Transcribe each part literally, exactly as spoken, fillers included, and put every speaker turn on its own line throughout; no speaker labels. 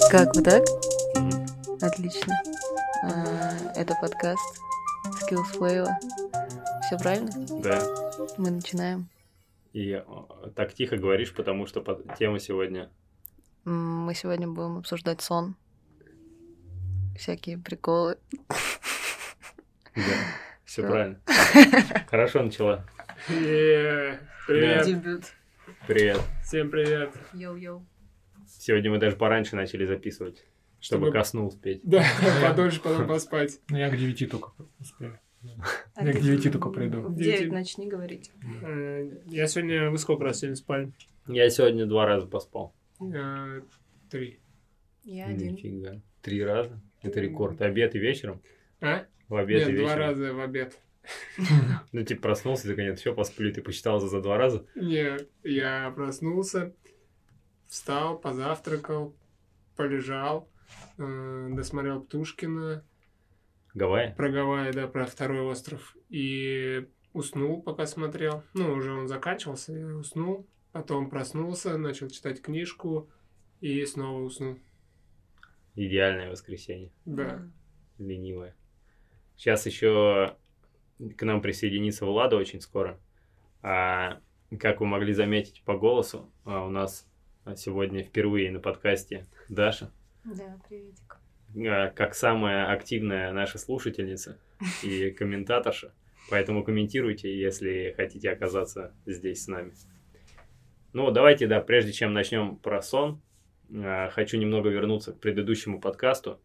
Как вот так?
Мгм.
Отлично. А, это подкаст Skills Flavor. Все правильно?
Да.
Мы начинаем.
И э, так тихо говоришь, потому что под- тема сегодня...
М, Мы сегодня будем обсуждать сон. Всякие приколы.
Да, все
Всё.
правильно. Хорошо начала.
Е, Привет.
Дебют.
Привет.
Всем привет.
Йоу-йоу.
Сегодня мы даже пораньше начали записывать, чтобы,
Чтобы-
ко сну успеть.
Да, подольше потом поспать.
Ну, я к девяти только успею.
А
Я
ты
к девяти только приду.
В
Девяти.
девять начни говорить.
Э, Я сегодня... Вы сколько раз сегодня спали?
Я сегодня два раза поспал.
Э, Три.
Я один.
Нифига. Три раза? Это рекорд. Обед и вечером?
А?
В обед и
Нет, два
вечером?
раза в обед.
Ну, типа, проснулся, так нет, все, посплю. Ты посчитал за, за два раза?
Нет, я проснулся, встал, позавтракал, полежал, э, досмотрел Птушкина,
Гавайи?
про Гавайи, да, про второй остров, и уснул, пока смотрел. Ну, уже он заканчивался, я уснул, потом проснулся, начал читать книжку и снова уснул.
Идеальное воскресенье.
Да.
Ленивое. Сейчас еще к нам присоединится Влада очень скоро. А, как вы могли заметить по голосу, а, у нас сегодня впервые на подкасте Даша,
Да, приветик.
а, как самая активная наша слушательница и комментаторша. Поэтому комментируйте, если хотите оказаться здесь с нами. Ну, давайте, да, прежде чем начнем про сон, а, хочу немного вернуться к предыдущему подкасту.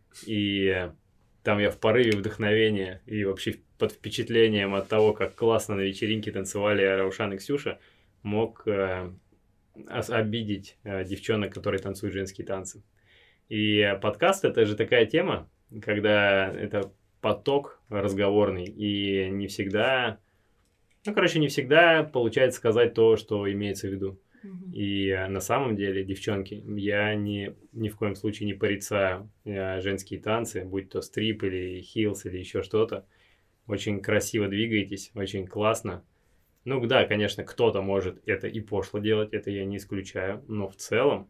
И там я в порыве вдохновения и вообще под впечатлением от того, как классно на вечеринке танцевали Раушан и Ксюша, мог э, ос- обидеть э, девчонок, которые танцуют женские танцы. И подкаст — это же такая тема, когда это поток разговорный, и не всегда, ну, короче, не всегда получается сказать то, что имеется в виду.
Мгм.
И э, на самом деле, девчонки, я ни, ни в коем случае не порицаю э, женские танцы, будь то стрип или хилс или еще что-то. Очень красиво двигаетесь, очень классно. Ну да, конечно, кто-то может это и пошло делать, это я не исключаю, но в целом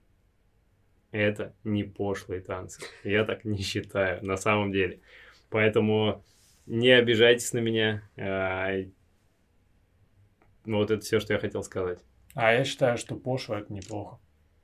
это не пошлые танцы. Я так не считаю, на самом деле. Поэтому не обижайтесь на меня. э, ну, вот это все, что я хотел сказать.
А я считаю, что пошло это неплохо.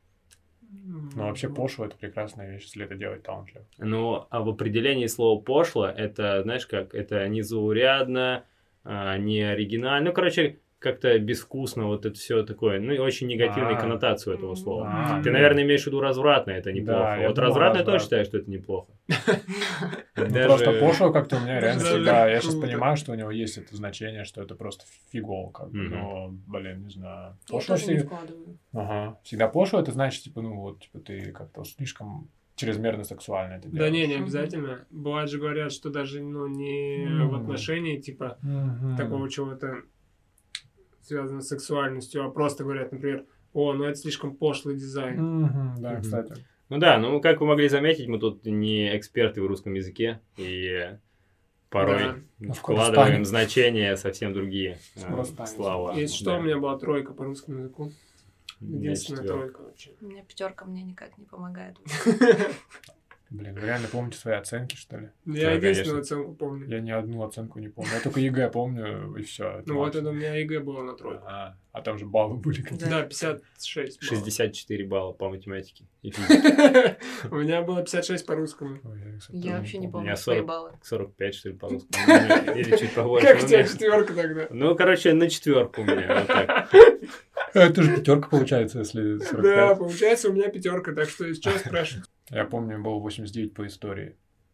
Но вообще пошло это прекрасная вещь, если это делать талантливо.
Ну, а в определении слова пошло, это, знаешь как, это незаурядно, а, не оригинально. Ну, короче, как-то безвкусно, вот это все такое. Ну, и очень негативную
А.
коннотацию этого слова.
А,
Ты,
нет.
наверное, имеешь в виду развратно, это
Да,
неплохо.
я
вот
думал,
развратно я тоже
разврат.
считаю, что это неплохо.
Ну,
Даже-
просто пошло как-то у меня реально
Даже
всегда... Я сейчас
круто.
понимаю, что у него есть это значение, что это просто фигово, как бы.
Мгм.
Но, блин, не знаю.
Я
Пошло
тоже не
всегда...
вкладываю.
Ага. Всегда пошло, это значит, типа, ну, вот, типа, ты как-то слишком чрезмерно сексуально это делаешь.
Да не, не
Мгм.
обязательно. Бывает же говорят, что даже ну, не
Мгм.
в отношении, типа,
Мгм.
такого чего-то связано с сексуальностью, а просто говорят, например, о, ну это слишком пошлый дизайн.
Мгм, да,
Мгм.
кстати.
Ну да, ну, как вы могли заметить, мы тут не эксперты в русском языке, и порой
Да.
Ну, скоро
вкладываем
станем.
значения совсем другие э,
Скоро станем.
слова.
Если что,
Да.
у меня была тройка по русскому языку.
У меня
Единственная
четвёрка.
тройка вообще.
У меня пятерка мне никак не помогает.
Блин, вы реально помните свои оценки, что ли?
Я
Да,
единственную
конечно.
оценку помню.
Я ни одну оценку не помню. Я только ЕГЭ помню, и все.
Ну вот это у меня ЕГЭ было на тройку.
А, а там же баллы были какие-то.
Да, пятьдесят шесть баллов.
шестьдесят четыре балла по математике и физике.
У меня было пятьдесят шесть по русскому.
Ой, я, кстати,
Я
тоже
вообще не
У
помню
меня
свои
сорок.
баллы.
сорок пять, что ли, по русскому. Ну, или чуть побольше.
Как
Ну,
у тебя
меня-
четверка тогда?
Ну, короче, на четверку у меня. Вот так.
А, это же пятерка получается, если сорок
Да,
пять.
получается у меня пятерка, так что из чего спрашивать?
Я помню, было восемьдесят девять по истории.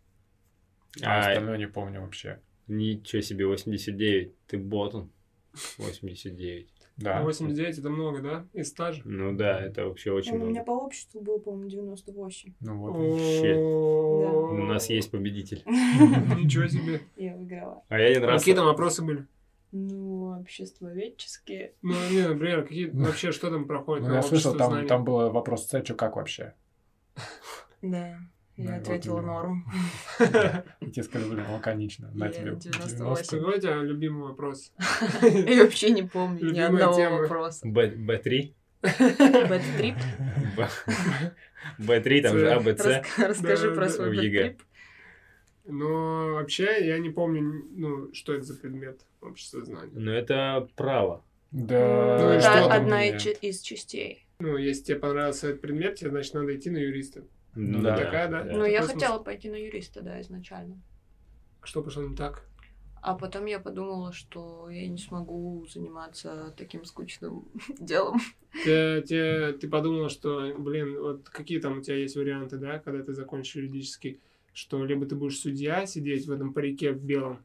А
А,
остальное не помню вообще.
ничего себе, восемьдесят девять. Ты ботан. восемьдесят девять.
Да.
восемьдесят девять это много, да? Из стажа?
Ну да, это вообще очень
Он у меня
много.
по обществу был, по-моему, девяносто восемь.
Ну вот.
Вообще.
О,
У нас есть победитель.
Ничего себе.
Я выиграла.
А я один
А
раз...
какие там вопросы были?
Ну, обществоведческие.
Ну, не, например, какие вообще, что там проходит?
Ну,
на
я слышал,
общество
там,
знаний?
там был вопрос С, что как вообще?
Да.
Ну,
Я
вот
ответила
именно.
норм.
И тебе сказали, блин, лаконично. На
Я
тебе
девяносто восемь.
Какой у тебя любимый вопрос?
Я вообще не помню ни
Любимая
одного
тема.
вопроса.
Б- Б3?
Бэд-трип.
бэ три, там же А, Б, С.
Раска- Расскажи
Да,
про
да,
свой
в ЕГЭ.
бэд-трип.
Но вообще я не помню, ну, что это за предмет общества знаний.
Ну, это право.
Да.
Ну и
Это
что там
одна
мне?
из ч- из частей.
Ну, если тебе понравился этот предмет, тебе, значит, надо идти на юриста.
Ну,
да.
Такая, да?
Ну, я
Такой
хотела пойти на юриста, да, изначально.
Что пошло не так?
А потом я подумала, что я не смогу заниматься таким скучным делом.
Те- те- ты подумала, что, блин, вот какие там у тебя есть варианты, да, когда ты закончишь юридический, что либо ты будешь судья, сидеть в этом парике белом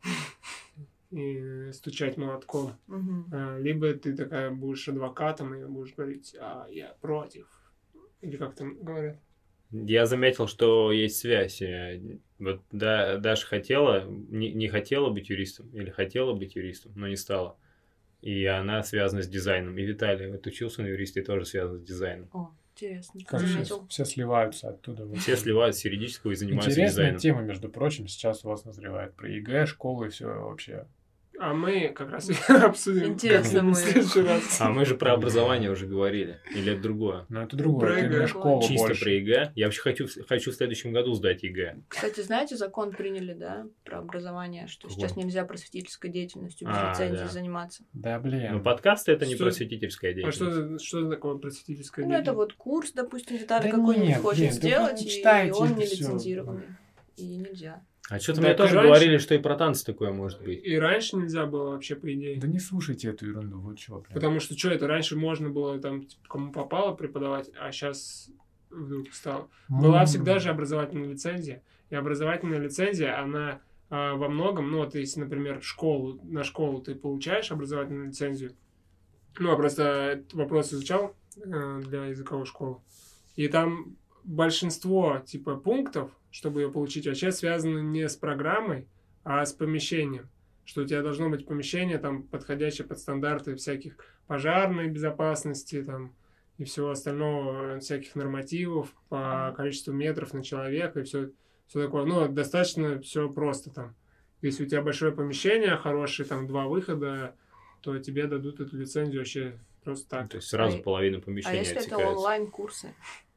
и стучать молотком,
Мгм.
а, либо ты такая будешь адвокатом и будешь говорить, а я против. Или как там говорят?
Я заметил, что есть связь. Э, Вот да, Даша хотела, не, не хотела быть юристом, или хотела быть юристом, но не стала. И она связана с дизайном. И Виталий вот учился на юристе и тоже связан с дизайном.
О, интересно.
Как все,
Заметил.
все сливаются оттуда. вот.
Все сливаются с юридического и занимаются
Интересная
дизайном.
тема, между прочим, сейчас у вас назревает. Про ЕГЭ, школу и все вообще.
А мы как раз обсудим
Интересно,
как-нибудь
мы-
в следующий раз.
А мы же про образование уже говорили. Или это другое?
Но это другое,
Про
это именно
ЕГЭ.
школа
Чисто
больше.
про ЕГЭ. Я вообще хочу, в- хочу в следующем году сдать ЕГЭ.
Кстати, знаете, закон приняли, да, про образование, что
Какой?
сейчас нельзя просветительской деятельностью без
А,
лицензии
да.
заниматься.
Да, блин.
Но подкасты это не
Что-
просветительская
А
деятельность.
что, что такое просветительская
Ну, это
деятельность?
вот курс, допустим, Виталий
Да
какой-нибудь
нет,
хочет
нет, да вы
сделать,
не
и
читайте
он
это
не
всё.
лицензированный. И нельзя.
А что-то
Да,
мне
ты
тоже
раньше-
говорили, что и про танцы такое может быть.
И раньше нельзя было вообще, по идее.
Да не слушайте эту ерунду, вот чего, блин.
Потому что что это, раньше можно было там типа, кому попало преподавать, а сейчас вдруг стало. Была
М.
всегда же образовательная лицензия. И образовательная лицензия, она а, во многом, ну вот если, например, школу, на школу ты получаешь образовательную лицензию, ну, я просто этот вопрос изучал э, для языковой школы, и там большинство типа пунктов, чтобы ее получить, вообще связаны не с программой, а с помещением. Что у тебя должно быть помещение, там, подходящее под стандарты всяких пожарной безопасности, там, и всего остального, э, всяких нормативов по количеству метров на человека и все, все такое. Ну, достаточно все просто там. Если у тебя большое помещение, хорошие там два выхода, то тебе дадут эту лицензию вообще просто так.
То есть сразу
А-
половина
А
помещения
если это
отсекается.
онлайн-курсы?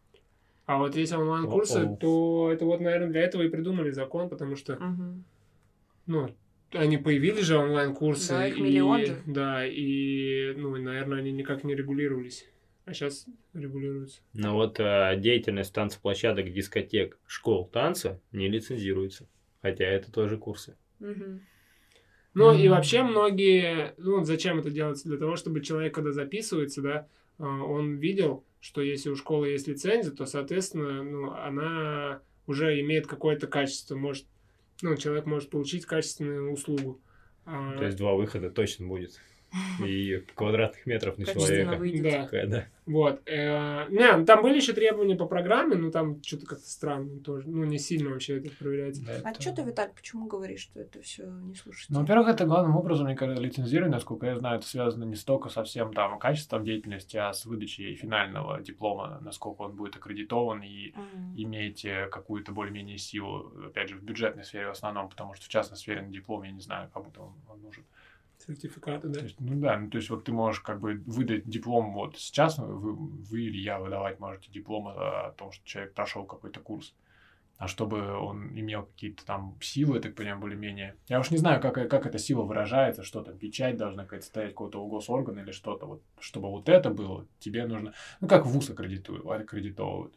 А вот если онлайн-курсы,
О-оу.
то это вот, наверное, для этого и придумали закон, потому что,
Мгм.
ну, они появились же онлайн-курсы.
Да, их
и,
миллион же.
Да, и, ну, наверное, они никак не регулировались. А сейчас регулируются.
Но вот э, деятельность танцплощадок, дискотек, школ танца не лицензируется. Хотя это тоже курсы.
Мгм.
Ну, и
Мгм.
вообще многие... Ну, вот зачем это делается? Для того, чтобы человек, когда записывается, да, а, он видел, что если у школы есть лицензия, то, соответственно, ну, она уже имеет какое-то качество. Может, ну, человек может получить качественную услугу. А,
То есть два выхода точно будет. И квадратных метров на
Качественно
человека.
выйдет.
Да.
Такая, да.
Вот. Э, Не, ну, там были еще требования по программе, но там что-то как-то странно тоже. Ну, не сильно вообще это проверяется.
Да,
А
это-
что ты, Виталь, почему говоришь, что это все не слушайте?
Ну, во-первых, это главным образом, мне кажется, лицензирование, насколько я знаю, это связано не столько со всем там качеством деятельности, а с выдачей финального диплома, насколько он будет аккредитован и
М.
иметь э, какую-то более-менее силу, опять же, в бюджетной сфере в основном, потому что в частной сфере на диплом, я не знаю, кому-то он, он нужен.
Сертификаты, да.
То есть, ну да, ну, то есть вот ты можешь как бы выдать диплом, вот сейчас вы, вы или я выдавать можете диплом о, о том, что человек прошел какой-то курс. А чтобы он имел какие-то там силы, я так понимаю, более-менее. Я уж не знаю, как, как эта сила выражается, что там, печать должна какая-то стоять какого-то у госоргана или что-то. Вот, чтобы вот это было, тебе нужно... Ну, как в ВУЗ аккредитуют, аккредитовывают.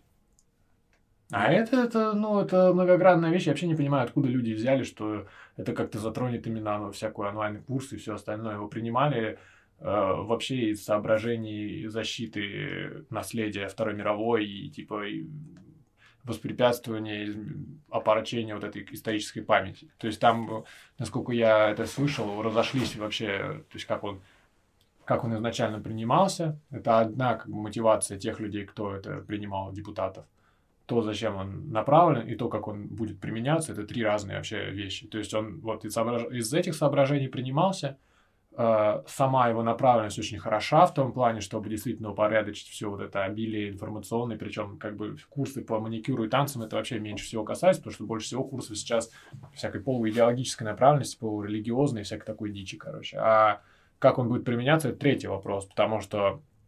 А это, это, ну, это многогранная вещь. Я вообще не понимаю, откуда люди взяли, что это как-то затронет именно ну, всякую онлайн-курсы и все остальное. Его принимали э, вообще из соображений защиты наследия Второй мировой и типа и воспрепятствования из- опорочения вот этой исторической памяти. То есть там, насколько я это слышал, разошлись вообще, то есть как он как он изначально принимался. Это одна как бы, мотивация тех людей, кто это принимал, депутатов. То, зачем он направлен, и то, как он будет применяться, это три разные вообще вещи. То есть он вот из, соображ... из этих соображений принимался. Э, сама его направленность очень хороша в том плане, чтобы действительно упорядочить все вот это обилие информационное. Причем как бы курсы по маникюру и танцам это вообще меньше всего касается, потому что больше всего курсов сейчас всякой полуидеологической направленности, полурелигиозной, всякой такой дичи, короче. А как он будет применяться, это третий вопрос, потому что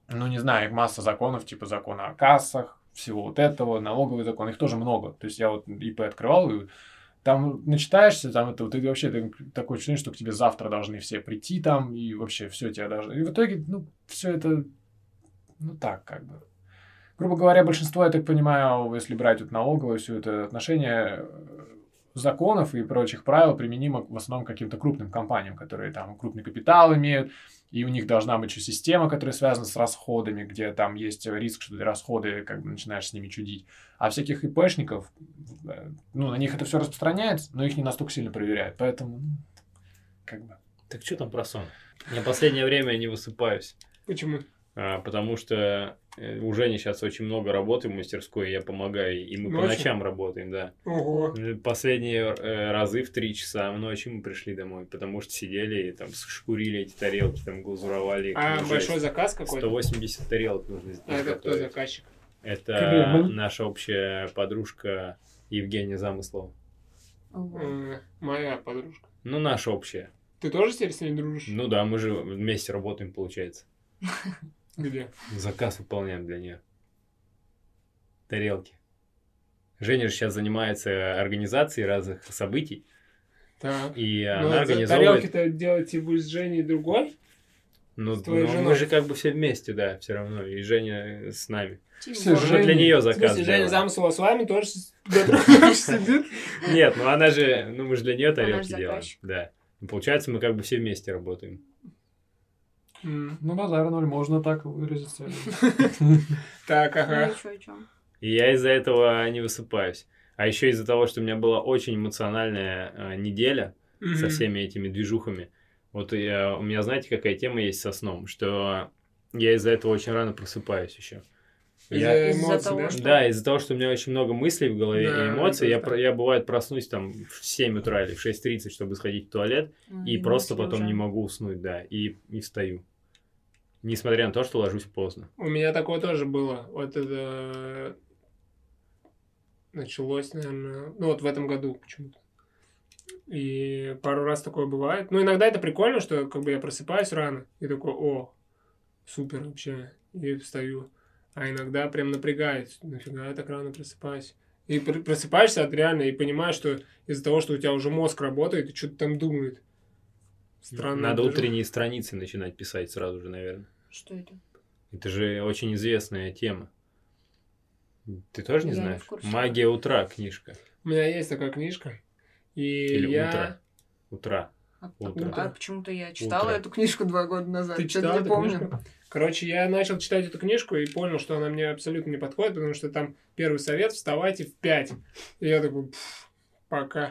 ну, не знаю, их масса законов, типа закона о кассах, всего вот этого, налоговый закон, их тоже много. То есть я вот ИП открывал, и там начитаешься, там это, ты вообще ты, такое ощущение, что к тебе завтра должны все прийти там, и вообще все тебя должны... И в итоге, ну, все это, ну, так, как бы. Грубо говоря, большинство, я так понимаю, если брать вот налоговое, все это отношение законов и прочих правил применимо в основном к каким-то крупным компаниям, которые там крупный капитал имеют, и у них должна быть еще система, которая связана с расходами, где там есть риск, что ты расходы как бы начинаешь с ними чудить. А всяких ИПшников, ну, на них это все распространяется, но их не настолько сильно проверяют, поэтому, ну, как бы...
Так что там про сон? Я последнее время не высыпаюсь.
Почему?
А, потому что у Жени сейчас очень много работы в мастерской, я помогаю, и мы по
Ночью?
ночам работаем, да.
Ого.
Последние э, разы в три часа ночи мы пришли домой, потому что сидели и там шкурили эти тарелки, там глазуровали их.
А
Ну,
большой
жесть.
заказ какой-то?
сто восемьдесят тарелок нужно
А это кто
изготовить.
заказчик?
Это
Кремль.
наша общая подружка Евгения Замыслова.
Ого.
М, Моя подружка.
Ну, наша общая.
Ты тоже теперь с ней дружишь?
Ну да, мы же вместе работаем, получается.
Где?
Заказ выполняем для нее. Тарелки. Женя же сейчас занимается организацией разных событий,
Так.
и
Ну,
она
а за-
организовывает...
тарелки-то делаете вы с Женей другой?
Ну,
с твоей
ну,
женой.
мы же как бы все вместе, да, все равно. И Женя с нами.
Все
Тимур.
Мы
Женя-
для нее
В
заказ
смысле, Женя
делаем.
Замыслова с вами тоже с- сидит?
Нет, ну она же, ну мы же для нее
Она
тарелки
же
делаем.
заказчик.
Да. И получается, мы как бы все вместе работаем.
М,
Ну, базар ноль, можно так выразиться.
Так,
Ну
ага.
и чё, и чё?
И я из-за этого не высыпаюсь. А еще из-за того, что у меня была очень эмоциональная э, неделя со
Мгм.
всеми этими движухами. Вот я, у меня, знаете, какая тема есть со сном? Что я из-за этого очень рано просыпаюсь еще. Я...
Из-за
Из-за
эмоций,
того,
да?
что-
Да, из-за того, что у меня очень много мыслей в голове
Да,
и эмоций, я,
это
про-
так.
я бывает проснусь там в семь утра или в шесть тридцать, чтобы сходить в туалет,
А,
и
и
просто
мысли
потом
уже.
не могу уснуть, да, и, и встаю. Несмотря на то, что ложусь поздно.
У меня такое тоже было. Вот это началось, наверное, ну вот в этом году почему-то. И пару раз такое бывает. Ну, иногда это прикольно, что как бы я просыпаюсь рано и такой, о, супер вообще, и встаю. А иногда прям напрягает, нафига я так рано просыпаюсь. И пр- просыпаешься от реально и понимаешь, что из-за того, что у тебя уже мозг работает, и что-то там думает. Странно.
Надо
даже.
утренние страницы начинать писать сразу же, наверное.
Что это?
Это же очень известная тема. Ты тоже не
Я не
знаешь?
в курсе.
«Магия утра» книжка.
У меня есть такая книжка. И
Или
я...
«Утро». Утра.
А,
Утро.
а почему-то я читала
Утро.
эту книжку два года назад.
Ты
Чё-то
читал
не
эту
помню.
книжку? Короче, я начал читать эту книжку и понял, что она мне абсолютно не подходит, потому что там первый совет — вставайте в пять. И я такой, «Пф, пока.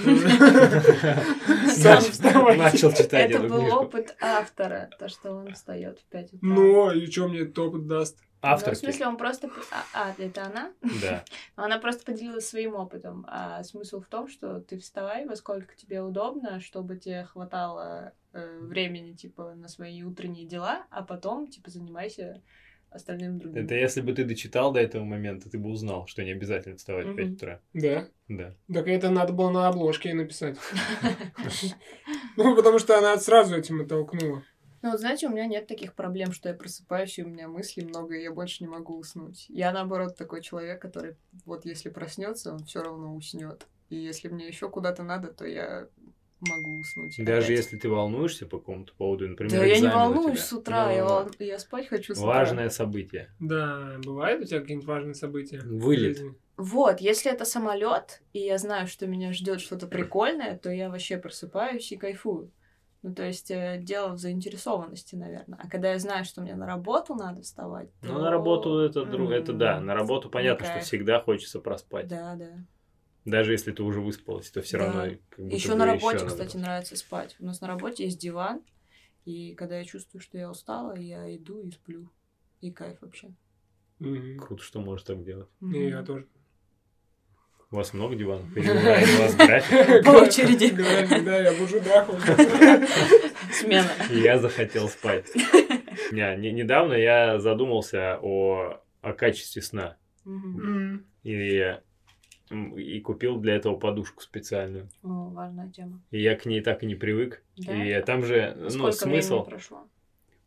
Сам вставайте.
Начал читать
Это
эту
был
книжку.
опыт автора, то, что он встает в пять утра.
Ну, и что мне этот опыт даст?
Ну, в
Авторки.
смысле, он просто... А, а, это она?
Да.
Она просто поделилась своим опытом. А смысл в том, что ты вставай во сколько тебе удобно, чтобы тебе хватало э, времени, типа, на свои утренние дела, а потом, типа, занимайся остальным другим.
Это если бы ты дочитал до этого момента, ты бы узнал, что не обязательно вставать в пять
Мгм.
утра.
Да.
Да.
Так это надо было на обложке ей написать. Ну, потому что она сразу этим оттолкнула.
Ну, вот знаете, у меня нет таких проблем, что я просыпаюсь, и у меня мыслей много, и я больше не могу уснуть. Я, наоборот, такой человек, который, вот если проснется, он все равно уснет. И если мне еще куда-то надо, то я могу уснуть.
Даже
опять.
если ты волнуешься по какому-то поводу, например,
Да я не
экзамен у
волнуюсь
тебя.
с утра, я,
Ну,
вол- я спать хочу с утра.
Важное событие.
Да, бывают у тебя какие-нибудь важные события? в
Вылет.
жизни?
Вот, если это самолет, и я знаю, что меня ждет что-то прикольное, то я вообще просыпаюсь и кайфую. Ну, то есть, э, дело в заинтересованности, наверное. А когда я знаю, что мне на работу надо вставать, то...
Ну, на работу это, друг... это да, на работу понятно, что
кайф.
всегда хочется проспать.
Да, да.
Даже если ты уже выспалась, то все
Да.
равно как будто
Еще
бы
на
ещё
работе,
надо
кстати,
поспать.
нравится спать. У нас на работе есть диван, и когда я чувствую, что я устала, я иду и сплю. И кайф вообще.
Мгм.
Круто, что можешь так делать.
И я тоже.
У вас много диванов? Или у вас график?
По очереди.
График, да, я бужу даху.
Смена.
И я захотел спать. Не, не- недавно я задумался о, о качестве сна.
Мгм.
И, м, и купил для этого подушку специальную.
О, важная тема.
И я к ней так и не привык.
Да?
И там же, ну,
Сколько
смысл...
времени прошло?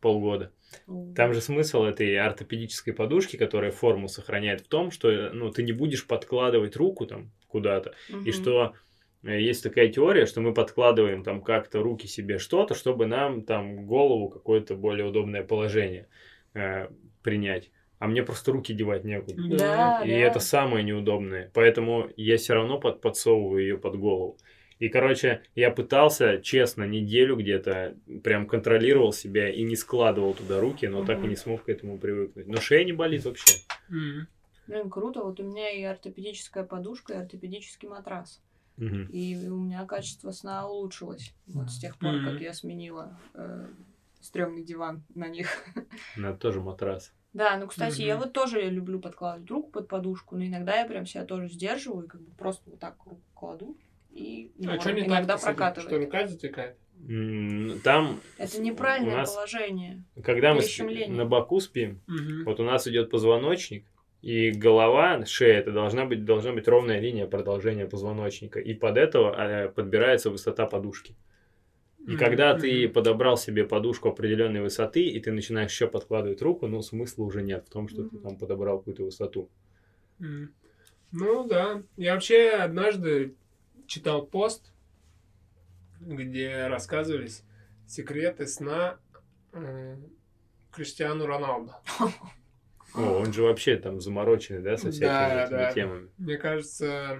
полгода. Там же смысл этой ортопедической подушки, которая форму сохраняет, в том, что ну, ты не будешь подкладывать руку там куда-то,
Мгм.
и что э, есть такая теория, что мы подкладываем там как-то руки себе что-то, чтобы нам там голову какое-то более удобное положение э, принять. А мне просто руки девать некуда.
Да,
И
да.
это самое неудобное. Поэтому я все равно под, подсовываю ее под голову. И, короче, я пытался, честно, неделю где-то прям контролировал себя и не складывал туда руки, но так и не смог к этому привыкнуть. Но шея не болит вообще.
Мгм.
Блин, круто. Вот у меня и ортопедическая подушка, и ортопедический матрас.
Мгм.
И у меня качество сна улучшилось. Вот с тех пор,
Мгм.
как я сменила э, стрёмный диван на них.
Надо тоже матрас.
Да, ну, кстати, я
Мгм.
вот тоже люблю подкладывать руку под подушку, но иногда я прям себя тоже сдерживаю и как бы просто вот так руку кладу. И
А
норм.
что не
иногда
так? Что
прокатывает.
рука затекает?
М, Там
Это
у
неправильное
нас,
положение.
когда мы спи-
перещемление.
на боку спим,
Мгм.
вот у нас идет позвоночник, и голова, шея, это должна быть, должна быть ровная линия продолжения позвоночника. И под этого э, подбирается высота подушки. И
Мгм.
когда ты
Мгм.
подобрал себе подушку определенной высоты, и ты начинаешь еще подкладывать руку, ну, смысла уже нет в том, что ты
Мгм.
там подобрал какую-то высоту.
Мгм. Ну да. Я вообще однажды читал пост, где рассказывались секреты сна э, Криштиану Роналду.
О, он же вообще там замороченный, да, со всякими
Да,
этими
да.
темами.
Мне кажется,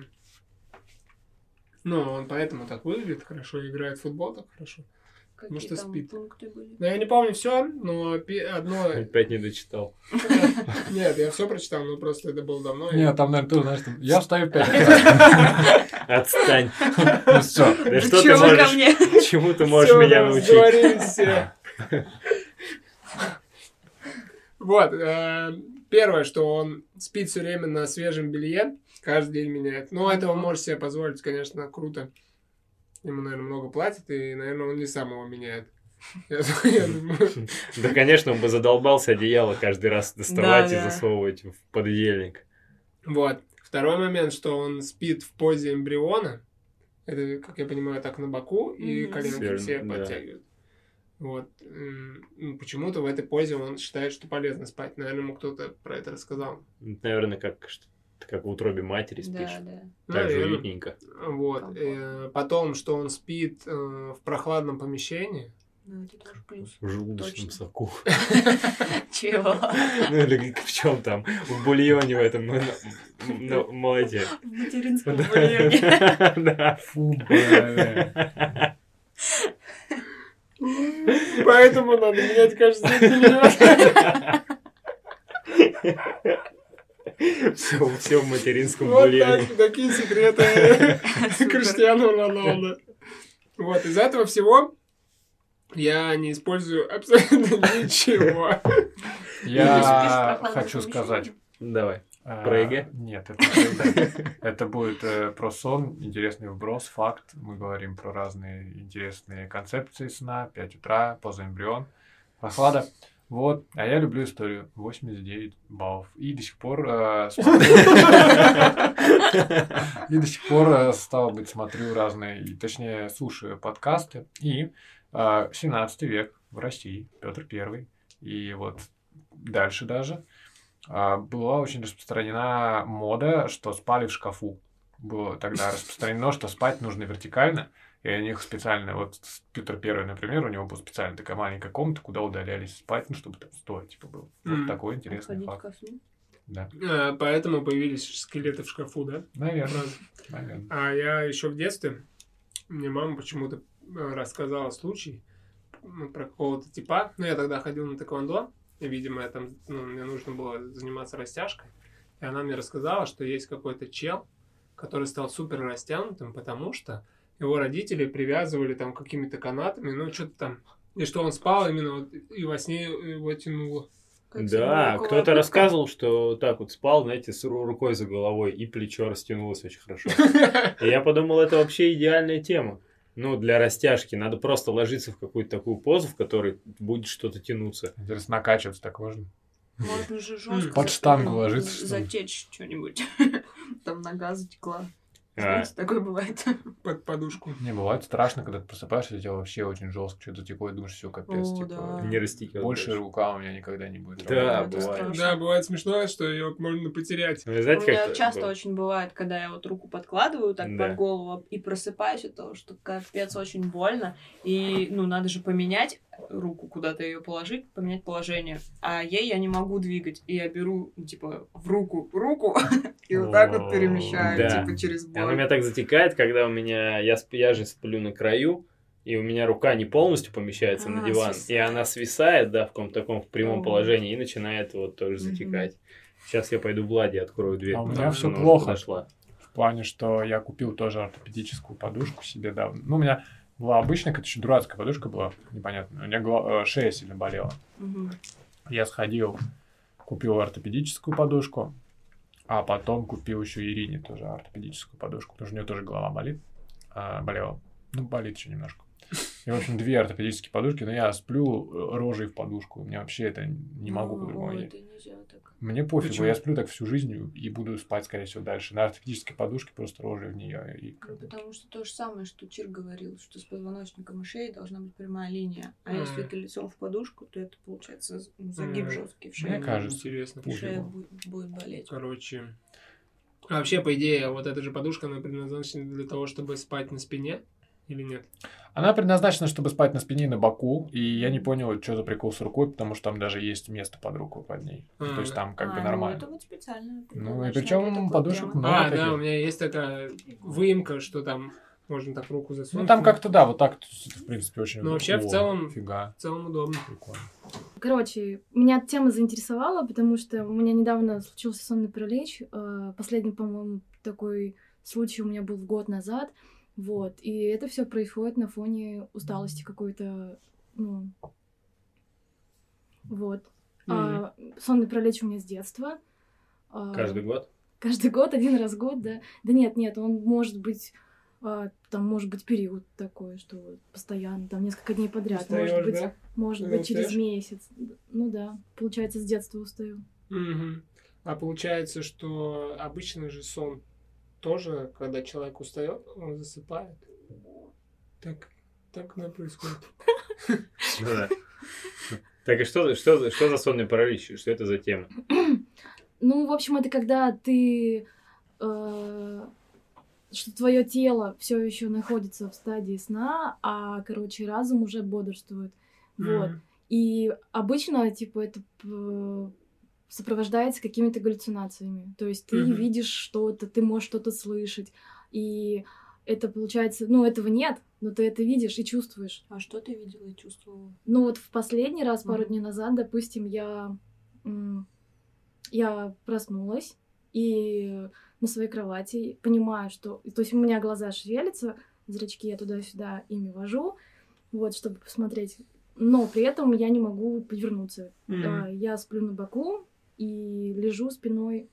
ну, он поэтому так выглядит хорошо, играет в футбол так хорошо.
Какие
что
там
спит.
пункты были?
Но я не помню все, но пе- одно...
Опять не дочитал.
Нет, я все прочитал, но просто это было давно.
Нет, там, наверное, тоже, знаешь, там, я встаю в пять утра.
Отстань.
Ну все.
Да что ты
Чего вы ко
можешь...
мне?
Чему ты можешь
Всё,
меня
да,
научить?
сговорились все. Вот, э, первое, что он спит все время на свежем белье, каждый день меняет. Ну, это он может себе позволить, конечно, круто. Ему, наверное, много платят, и, наверное, он не сам его меняет. Я я думаю.
Да, конечно, он бы задолбался одеяло каждый раз доставать
Да,
и
да.
засовывать в подъельник.
Вот. Второй момент, что он спит в позе эмбриона. Это, как я понимаю, так на боку, и
Мгм.
коленки
Верно,
все
да.
подтягивают. Вот. М, ну, почему-то в этой позе он считает, что полезно спать. Наверное, ему кто-то про это рассказал.
Это, наверное, как, что- как в утробе матери спишь.
Да, да.
Так же
Наверно.
уютненько.
Вот.
Комфортно.
Э, потом, что он спит э, в прохладном помещении.
Ну, это тоже плюс.
В желудочном
Точно.
соку.
Чего?
Ну или в чем там? В бульоне в этом. ну, ну, Молодец.
В материнском бульоне.
Да.
Фу, бля.
Поэтому надо менять каждый день.
Все, все в материнском
Вот
бульоне.
так, такие секреты Криштиану Роналду. Вот, из этого всего я не использую абсолютно ничего.
Я
Спишь в
хочу
прохладном
сказать.
Давай.
э,
Про ЕГЭ?
Нет, это про ЕГЭ. Это будет э, про сон, интересный вброс, факт. Мы говорим про разные интересные концепции сна. пять утра, поза эмбрион, прохлада. Вот. А я люблю историю. восемьдесят девять баллов. И до сих пор э, смотрю... И до сих пор, э, стало быть, смотрю разные, и, точнее, слушаю подкасты. И э, семнадцатый век в России, Петр Первый, и вот дальше даже а, была очень распространена мода, что спали в шкафу. Было тогда распространено, что спать нужно вертикально, и у них специально, вот Петр Первый, например, у него была специально такая маленькая комната, куда удалялись спать, ну, чтобы там стоя, типа, был. Вот
Мгм.
такой интересный
Ходить
факт.
ко сну.
Да,
Э, Поэтому появились скелеты в шкафу, да?
наверное,
Правда.
наверное.
А я еще в детстве, мне мама почему-то э, рассказала случай ну, про какого-то типа. Ну, я тогда ходил на тэквондо, и, видимо, я там, ну, мне нужно было заниматься растяжкой. И она мне рассказала, что есть какой-то чел, который стал супер растянутым, потому что его родители привязывали там какими-то канатами, ну, что-то там. И что он спал именно вот, и во сне его тянуло.
Как
Да,
средневековая
кто-то
пытка.
рассказывал, что так вот спал, знаете, с ру- рукой за головой, и плечо растянулось очень хорошо. И я подумал, это вообще идеальная тема. Ну, для растяжки надо просто ложиться в какую-то такую позу, в которой будет что-то тянуться.
Интересно, накачиваться так можно?
Можно же жестко
Под штангу
ну,
ложиться, что ли?
затечь что-нибудь. Там нога затекла.
А,
Знаете, такое бывает.
Под подушку.
Не, бывает страшно, когда ты просыпаешься, у тебя вообще очень жестко, что-то текло, и думаешь, все, капец,
О,
типа,
да.
не расти.
больше рука у меня никогда не будет
Да,
работать.
это
бывает.
страшно.
Да, бывает смешно, что ее можно потерять.
Ну,
У
знаете,
меня
как
часто очень бывает, когда я вот руку подкладываю так
Да.
под голову и просыпаюсь от того, что капец очень больно. И, ну, надо же поменять руку, куда-то ее положить, поменять положение. А ей я не могу двигать. И я беру, ну, типа, в руку руку и вот так вот перемещаю,
Да.
типа, через
И оно у меня
боль.
так затекает, когда у меня... Я, сп- я же сплю на краю, и у меня рука не полностью помещается на
А,
диван, и
свисает.
она свисает, да, в каком-то таком в прямом
О.
положении, и начинает вот тоже
Мгм.
затекать. Сейчас я пойду Владе открою дверь.
А у
потому
меня
что
всё
она уже
плохо.
подошла.
В плане, что я купил тоже ортопедическую подушку себе давно. Ну, у меня была обычная, какая-то еще дурацкая подушка была, непонятно. У меня гла- э, шея сильно болела.
Мгм.
Я сходил, купил ортопедическую подушку, а потом купил еще Ирине тоже ортопедическую подушку, потому что у нее тоже голова болит, а, болела. Ну, болит еще немножко. И, в общем, две ортопедические подушки, но я сплю э, рожей в подушку. Мне вообще это не могу
О,
по-другому.
ой, это нельзя так.
Мне пофигу,
Почему?
я сплю так всю жизнь и буду спать, скорее всего, дальше. На ортопедической подушке просто рожей в нее. И
Ну,
как бы...
потому что то же самое, что Чир говорил, что с позвоночником и шеей должна быть прямая линия. А
М.
если ты лицом в подушку, то это получается з- ну, загиб
М.
жесткий в
Мне
шее.
кажется,
Интересно.
И шея
пофигу.
будет, будет болеть.
Короче. А вообще, по идее, вот эта же подушка, она предназначена для того, чтобы спать на спине или нет?
Она предназначена, чтобы спать на спине и на боку, и я не понял, что за прикол с рукой, потому что там даже есть место под руку под ней.
А,
То есть там как
А,
бы
ну,
нормально.
это вот специально.
Ну, и
предназначено
причем
для такой
подушек
темы.
много
А,
таких.
да, у меня есть такая выемка, что там можно так руку засунуть.
Ну, там как-то, да, вот так, в принципе, очень...
Ну, вообще, в
О,
целом-
Фига,
В целом удобно.
прикольно.
Короче, меня тема заинтересовала, потому что у меня недавно случился сонный паралич. Э, Последний, по-моему, такой случай у меня был год назад. Вот. И это все происходит на фоне усталости какой-то. Ну. Вот. А, сонный паралич у меня с детства. А,
Каждый год?
Каждый год, один раз в год, да. Да нет, нет, он может быть. а, Там может быть период такой, что вот постоянно, там несколько дней подряд. Может
Устаёшь,
быть,
да?
может
Когда
быть, через
устаёшь?
месяц. Ну да, получается, с детства устаю.
Мгм. А получается, что обычно же сон тоже, когда человек устает, он засыпает. Так, так оно и происходит.
Ну да. Так и что, что, что за сонный паралич? Что это за тема?
Ну, в общем, это когда ты... э, что твое тело все еще находится в стадии сна, а, короче, разум уже бодрствует. Вот.
Мгм.
И обычно, типа, это п- сопровождается какими-то галлюцинациями. То есть ты
Мгм.
видишь что-то, ты можешь что-то слышать. И это получается... Ну, этого нет, но ты это видишь и чувствуешь.
А что ты видела и чувствовала?
Ну, вот в последний раз, пару
Мгм.
дней назад, допустим, я... м, Я проснулась и на своей кровати понимаю, что... То есть у меня глаза шевелятся, зрачки я туда-сюда ими вожу, вот, чтобы посмотреть. Но при этом я не могу повернуться.
Мгм.
А, Я сплю на боку и лежу спиной.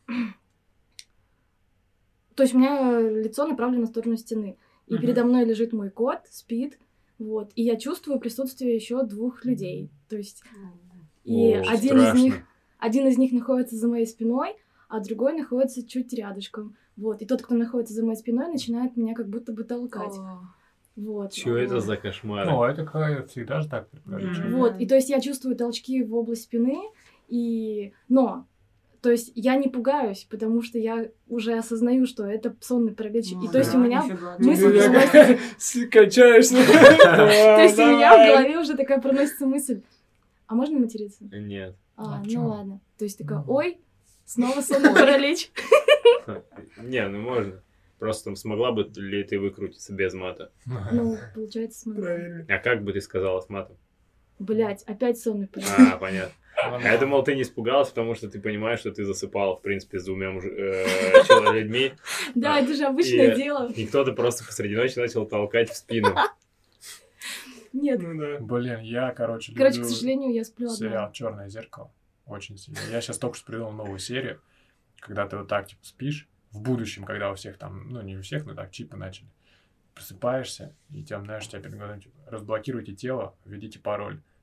То есть у меня лицо направлено в сторону стены. И
Мгм.
передо мной лежит мой кот, спит. Вот. И я чувствую присутствие еще двух людей. То есть и
О,
один
страшно.
из них, один из них находится за моей спиной, а другой находится чуть рядышком. Вот. И тот, кто находится за моей спиной, начинает меня как будто бы толкать.
О,
Вот.
Что это за кошмары?
Ну, это как- всегда же так. предположительно.
Мгм.
Вот. И то есть я чувствую толчки в область спины, и... Но... То есть я не пугаюсь, потому что я уже осознаю, что это сонный паралич.
ну
И то есть
да,
у меня
нифига.
мысль
Ты
проносится-
такая с- качаешься.
То есть у меня в голове уже такая проносится мысль. А можно материться?
Нет.
А,
А
ну
чё?
ладно. То есть такая,
Ну.
ой, снова сонный паралич.
Не, ну можно. Просто там смогла бы ли ты выкрутиться без мата?
Ну, получается, смогла.
Правильно.
А как бы ты сказала с матом?
Блять, опять сонный паралич.
А, понятно. А я думал, ты не испугалась, потому что ты понимаешь, что ты засыпала, в принципе, с двумя муж- э, чел- людьми,
Да, это же обычное
И-
дело.
и кто-то просто посреди ночи начал толкать в спину.
Нет.
Ну да.
Блин, я, короче,
Короче, к
люблю
сожалению, я сплю одна.
сериал «Черное зеркало». Очень сильно. Я сейчас только что придумал новую серию, когда ты вот так, типа, спишь. В будущем, когда у всех там, ну, не у всех, но так, чипы начали. Просыпаешься, и тебя, знаешь, тебя перед глазами, типа, разблокируйте тело, введите пароль.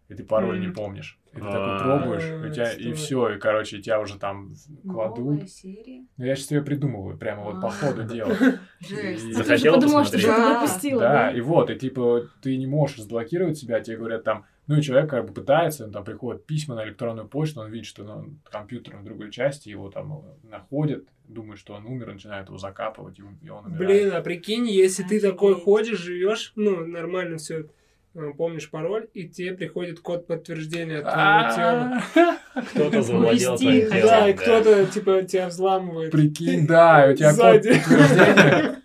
и ты пароль не
Мгм.
помнишь. И ты такой
А.
пробуешь,
А,
у тебя, и
отстой.
все, и, короче, тебя уже там кладут.
Новая серия.
Ну, я сейчас ее придумываю, прямо вот по
А.
ходу дела.
Жесть.
И-
Ты
Захотела
уже подумала, что
посмотреть?
что-то
Да.
пропустила,
Да,
да?
и вот, и типа ты не можешь разблокировать себя, тебе говорят там, ну и человек как бы пытается, там приходят письма на электронную почту, он видит, что ну, компьютер в другой части, его там находят, думают, что он умер, начинают его закапывать, и он, и он умирает.
Блин, а прикинь, если ты такой
Офигеть.
ходишь, живешь, ну, нормально все, помнишь пароль, и тебе приходит код подтверждения от твоего тела.
А,
Кто-то завладел
Увести.
твоим телом.
Да, и кто-то, типа, тебя взламывает.
Прикинь, да, и у тебя код
Сзади.
подтверждения.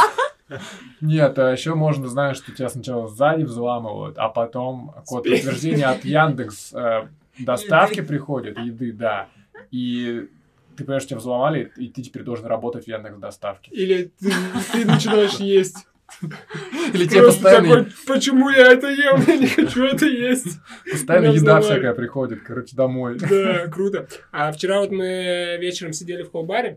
Нет, а еще можно, знаешь, что тебя сначала сзади взламывают, а потом код
Спереди.
подтверждения от Яндекс э, доставки приходит, еды, да. И ты понимаешь, тебя взломали, и ты теперь должен работать в Яндекс доставке.
Или ты, ты начинаешь есть.
Или тебе
Просто
постоянно,
такой, почему я это ем? Я не хочу это есть.
постоянно
меня
еда
взломали.
всякая приходит, короче, домой.
Да, круто. А вчера вот мы вечером сидели в холл-баре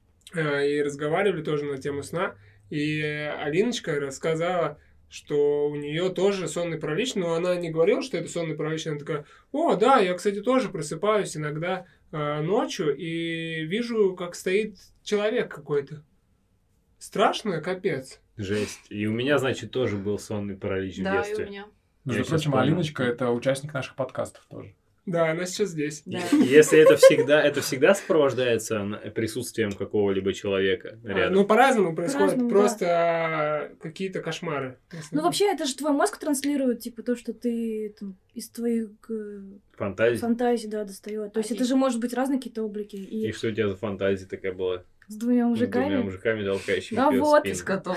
э, и разговаривали тоже на тему сна. И Алиночка рассказала, что у нее тоже сонный паралич, но она не говорила, что это сонный паралич. Она такая, о, да, я, кстати, тоже просыпаюсь иногда э, ночью и вижу, как стоит человек какой-то. Страшно, капец.
Жесть. И у меня, значит, тоже был сонный паралич в
Да, и у
детстве.
меня.
Между
Я щас
прочим,
понял.
Алиночка — это участник наших подкастов тоже.
Да, она сейчас здесь.
Да.
И Если это всегда, это всегда сопровождается на- присутствием какого-либо человека
А,
рядом.
ну, по-разному происходит.
По-разному,
Просто а, какие-то кошмары.
Ну, вообще, это же твой мозг транслирует, типа, то, что ты там, из твоих э,
Фантазия.
фантазий, да, достает. То есть это же может быть разные какие-то облики.
И
И
что у тебя за фантазия такая была?
с двумя
С
мужиками.
двумя мужиками, толкающими
Да
тебя в
вот.
спину.
С котом.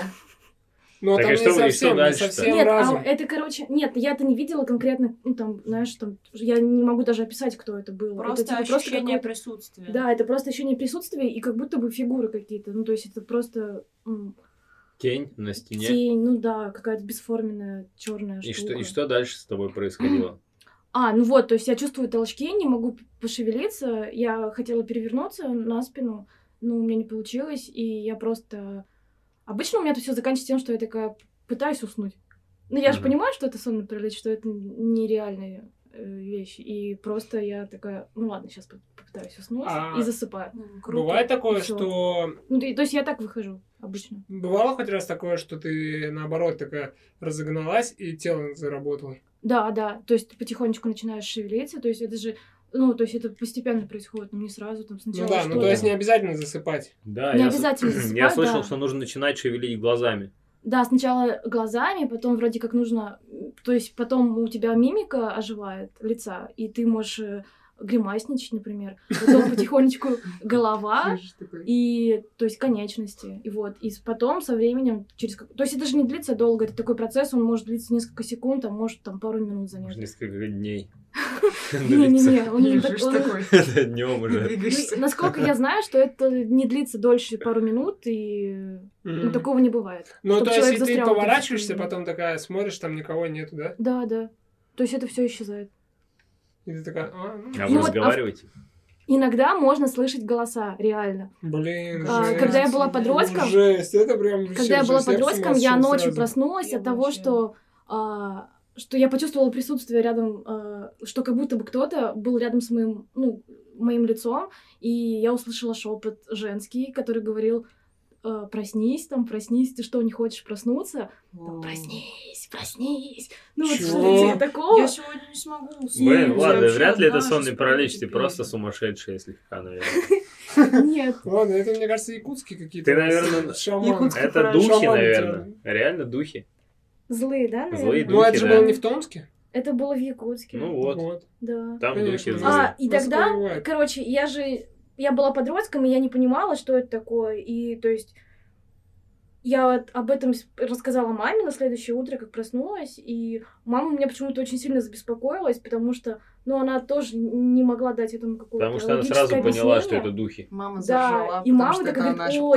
Но
Так
там
и что-
не
и что
совсем, не
дальше-то?
совсем
Нет,
разум.
а это, короче, нет, я-то не видела конкретно, ну, там, знаешь, там, я не могу даже описать, кто это был.
Просто
это, типа,
ощущение
какое-то-
присутствия.
Да, это просто ощущение присутствия и как будто бы фигуры какие-то. Ну, то есть это просто м,
Тень на стене.
тень, ну да, какая-то бесформенная черная
И
штука.
что, и что дальше с тобой происходило?
А, ну вот, то есть я чувствую толчки, не могу п- пошевелиться. Я хотела перевернуться на спину, но у меня не получилось, и я просто... Обычно у меня это все заканчивается тем, что я такая пытаюсь уснуть. Но я же
Мгм.
понимаю, что это сонный паралич, что это нереальная э, вещь. И просто я такая, ну ладно, сейчас попытаюсь уснуть
А
и засыпаю.
Ну, круто.
Бывает такое,
Всё.
что...
Ну, то, то есть я так выхожу обычно.
Бывало хоть раз такое, что ты, наоборот, такая разогналась и тело заработало?
Да, да, то есть ты потихонечку начинаешь шевелиться, то есть это же, ну, то есть это постепенно происходит, но не сразу, там
Ну
сначала
да,
что-то.
ну то есть не обязательно засыпать.
Да,
Не
я, с-
обязательно
я
засыпать,
слышал,
да.
что нужно начинать шевелить глазами.
Да, сначала глазами, потом вроде как нужно... То есть потом у тебя мимика оживает лица, и ты можешь э, гримасничать, например. Потом потихонечку голова и, то есть, конечности. И вот. И с- потом со временем через... как- То есть это же не длится долго, это такой процесс, он может длиться несколько секунд, а может там пару минут
Может,
занять.
несколько дней.
Не-не-не, он не так-
Лежишь
он-
такой,
Это днем
не
уже.
двигаешься.
Ну, насколько я знаю, что это не длится дольше пару минут, и ну,
Мгм.
такого не бывает.
Ну
Чтоб
то есть
человек
и ты
застрял в этом
поворачиваешься,
состоянии.
потом такая смотришь, там никого нету, да?
Да, да. То есть это все исчезает.
И ты такая, а, ну,
А
Ну
вы
вот, а в-
разговариваете?
Иногда можно слышать голоса, реально.
блин,
А,
жесть.
когда я была подростком,
Жесть, это прям вообще
когда я была
жесть. Я бы с ума
подростком, я
сошел
ночью
сразу.
проснулась
Я
от того,
вообще-
что, а, что я почувствовала присутствие рядом, а, что как будто бы кто-то был рядом с моим, ну, моим лицом, и я услышала шепот женский, который говорил: а, проснись, там, проснись, ты что, не хочешь проснуться? Там, проснись, проснись. Ну, вот
Чё?
что-то типа такого.
Я сегодня не смогу уснуть.
Блин,
Я
ладно,
вообще
вряд ли это
одна,
сонный
сейчас
паралич,
пойду
ты
теперь.
просто сумасшедшая слегка, наверное.
Нет.
Ладно, это, мне кажется, якутские какие-то.
Ты, наверное,
шаманы.
якутские
Это
паралич.
духи,
Шаманы
наверное.
тебя.
Реально духи.
Злые, да, наверное?
Злые
Ну, это
духи,
же
да.
было не в Томске?
Это было в Якутске.
Ну вот,
Вот.
Да.
там
Конечно.
духи
А,
злые.
и
Москва
тогда,
бывает.
короче, я же... Я была подростком, и я не понимала, что это такое. И, то есть, я вот об этом с- рассказала маме на следующее утро, как проснулась. И мама у меня почему-то очень сильно забеспокоилась, потому что, ну, она тоже не могла дать этому какое-то
Потому что она
логическое
сразу поняла, что
объяснение.
это духи.
Мама
Да,
заржала,
и
потому
мама
что
такая
это она
говорит: «Ой».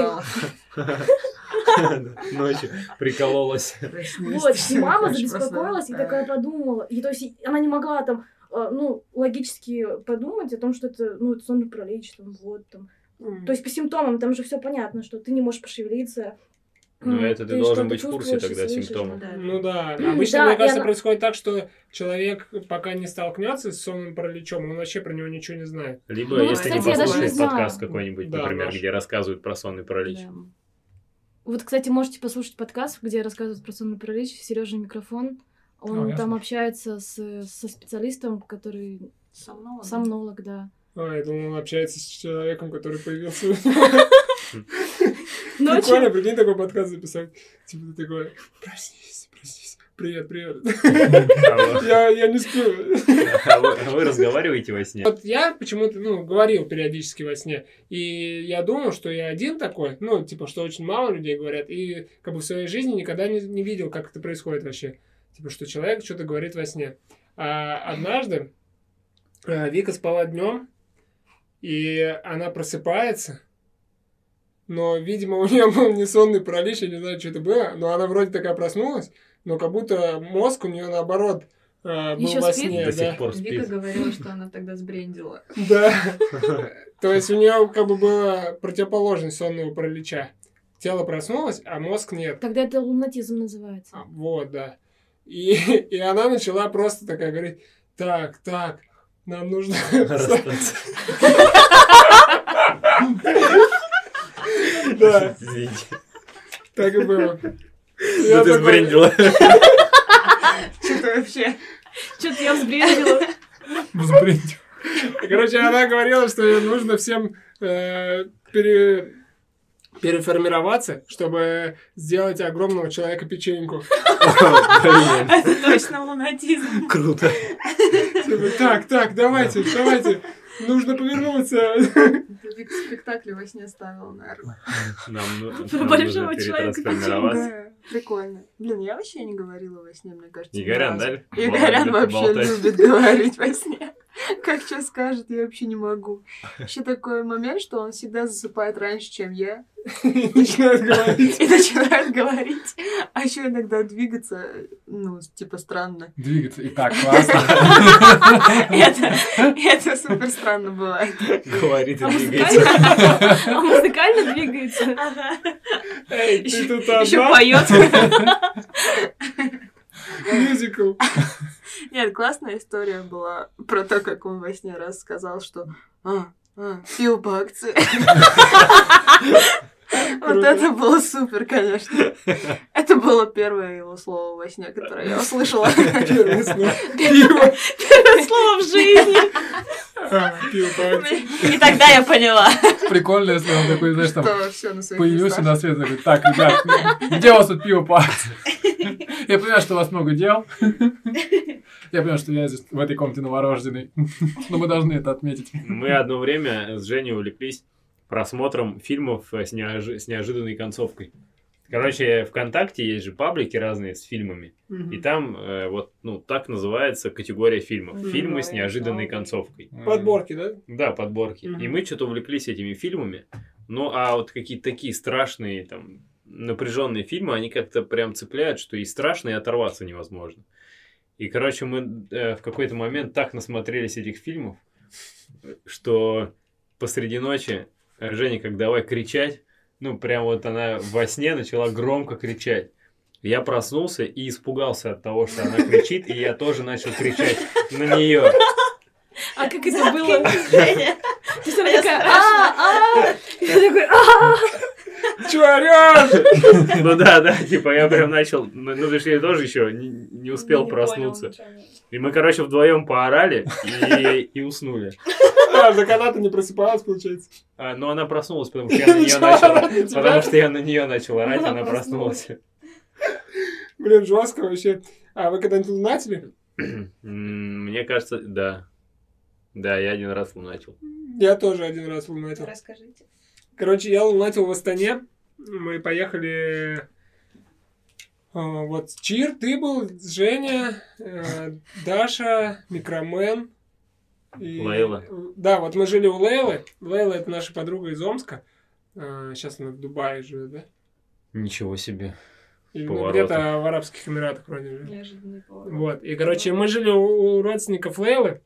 шептала.
Ночью прикололась.
Проснись,
Вот,
ты
и мама
хочешь
забеспокоилась, и
проснуться.
такая подумала. И то есть она не могла там, э, ну, логически подумать о том, что это, ну, это сонный паралич, там, вот, там.
М.
То есть по симптомам там же все понятно, что ты не можешь пошевелиться,
Ну,
М,
это ты
ты
должен
что-то
быть в курсе
чувствуешь и
тогда
слышишь,
симптомов.
да.
Да.
Ну да, обычно,
Да,
мне
и
кажется,
она-
происходит так, что человек пока не столкнется с сонным параличом, он вообще про него ничего не знает.
Либо
Ну, вот,
если не
кстати, я даже не
послушает
знаю.
подкаст какой-нибудь,
Да,
например,
наш.
где рассказывают про сонный паралич.
Да.
Вот, кстати, можете послушать подкаст, где рассказывают про сонный паралич. Сережа микрофон. Он
О, я
там
слушаю.
общается с, со специалистом, который
Сомнолог.
сомнолог, да.
А, я думал, он общается с человеком, который появился.
Ночью.
Прикольно, прикинь, такой подкаст записать. Типа ты такой, проснись, проснись. Привет, привет.
А вы-
Я, я не сплю.
а вы а вы разговариваете во сне?
Вот я почему-то, ну, говорил периодически во сне, и я думал, что я один такой, ну, типа, что очень мало людей говорят, и как бы в своей жизни никогда не, не видел, как это происходит вообще. Типа, что человек что-то говорит во сне. А однажды э, Вика спала днем, и она просыпается, но, видимо, у нее был не сонный паралич, я не знаю, что это было, но она вроде такая проснулась, но как будто мозг у нее наоборот э, был
Ещё
во
спит?
сне.
До
да.
сих пор
Вика
спит.
говорила, что она тогда сбрендила.
Да. То есть у нее как бы была противоположность сонного паралича. Тело проснулось, а мозг нет.
Тогда это лунатизм называется.
А, Вот, да. И, и она начала просто такая говорить, так, так, нам нужно...
Расстаться.
Да,
Извините.
так и было.
Ну
Я
ты
такой,
сбрендила.
Что-то вообще...
Что-то я взбрендила.
Взбрендил.
Короче, она говорила, что ей нужно всем э, пере- переформироваться, чтобы сделать огромного человека печеньку.
Блин,
Это точно лунатизм.
круто.
Типа, так, так, давайте, давайте, нужно повернуться.
Ты Вика спектакли во сне ставила, наверное.
Нам ну-
Про
нам
большого
нужно
человека
перетрансформироваться.
Да, прикольно. Блин, я вообще не говорила во сне, мне кажется. ни
Игорян,
разу.
да?
Игорян
Любит
вообще
поболтать.
любит говорить во сне. Как что скажет, я вообще не могу. Еще такой момент, что он всегда засыпает раньше, чем я.
Начинает говорить.
И начинает говорить. А еще иногда двигаться, ну, типа, странно.
Двигаться и так классно.
Это, это супер странно бывает.
Говорит и
А
двигается.
музыкально, а музыкально двигается.
Эй, ты тут
Еще
одна?
поет.
Мюзикл.
Нет, классная история была про то, как он во сне раз сказал, что а, а, пил по акции. Вот это было супер, конечно. Это было первое его слово во сне, которое я услышала.
Первое слово. Пиво.
Первое слово в жизни.
А, Пиво по акции.
И тогда я поняла.
Прикольно, если он такой, знаешь, там,
Что все на своих
появился
местах.
на свет, такой, так, ребят, где у вас тут пиво по акции? Я понимаю, что у вас много дел. Я понимаю, что я здесь в этой комнате новорожденный. Но мы должны это отметить.
Мы одно время с Женей увлеклись просмотром фильмов с, неожи- с неожиданной концовкой. Короче, ВКонтакте есть же паблики разные с фильмами. И там э, вот, ну, так называется категория фильмов.
Мгм.
Фильмы с
Да, я
неожиданной
знала.
концовкой.
Подборки, да?
Да, подборки.
Мгм.
И мы что-то увлеклись этими фильмами. Ну, а вот какие-то такие страшные, там, напряженные фильмы, они как-то прям цепляют, что и страшно, и оторваться невозможно. И, короче, мы э, в какой-то момент так насмотрелись этих фильмов, что посреди ночи Женя, как давай кричать, ну, прям вот она во сне начала громко кричать. Я проснулся и испугался от того, что она кричит, и я тоже начал кричать на нее.
А как это было?
Женя.
То есть она такая, а, а, и ты такой, а.
Чё орёшь?
Ну да, да, типа я прям начал, ну, ну потому что я тоже еще не, не успел проснуться. И мы, короче, вдвоем поорали и, и уснули.
А, так она-то не просыпалась, получается.
А, но она проснулась, потому что я на нее
Ничего,
начал,
она на тебя.
потому что я на нее начал орать,
Она
она проснулась.
Блин, жестко вообще. А вы когда-нибудь лунатили?
М, Мне кажется, да. Да, я один раз лунатил.
Я тоже один раз лунатил.
Расскажите.
Короче, я лунатил в Астане. Мы поехали... а, Вот Чир, ты был, Женя, э, Даша, Микромен. и-
Лейла.
Да, вот мы жили у Лейлы. Лейла — это наша подруга из Омска. А, Сейчас она в Дубае живет, да?
Ничего себе.
Или, ну,
Повороты.
где-то в Арабских Эмиратах вроде же.
Неожиданный поворот.
Вот. И, короче, мы жили у, у родственников Лейлы.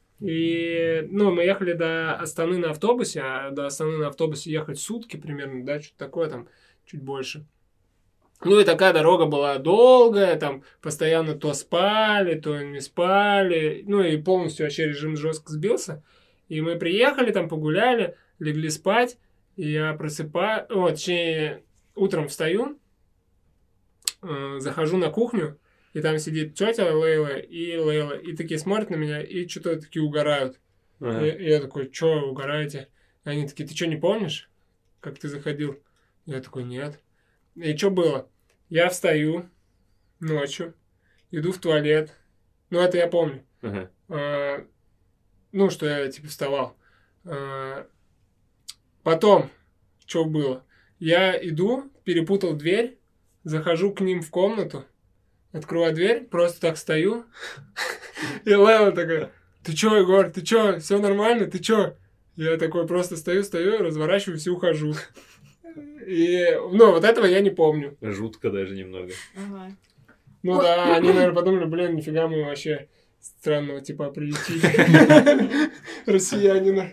И, ну, мы ехали до Астаны на автобусе, а до Астаны на автобусе ехать сутки примерно, да, что-то такое там, чуть больше. Ну и такая дорога была долгая, там постоянно то спали, то не спали. Ну и полностью вообще режим жестко сбился. И мы приехали, там погуляли, легли спать. И я просыпаюсь, вот, точнее, утром встаю, э, захожу на кухню, и там сидит тетя Лейла и Лейла. И такие смотрят на меня, и что-то такие угорают.
Ага.
И, и я такой, что угораете? И они такие, ты что, не помнишь, как ты заходил? Я такой, нет. И что было? Я встаю ночью, иду в туалет. Ну, это я помню.
Ага.
А, ну, что я, типа, вставал. А, потом, что было? Я иду, перепутал дверь, захожу к ним в комнату, открываю дверь, просто так стою. И Лейла такая, ты чё, Егор, ты чё, все нормально, ты чё? Я такой просто стою, стою, разворачиваюсь и ухожу. И, ну, вот этого я не помню.
Жутко даже немного.
Ага.
Ну да, они, наверное, подумали, блин, нифига мы вообще странного типа приютили. Россиянина.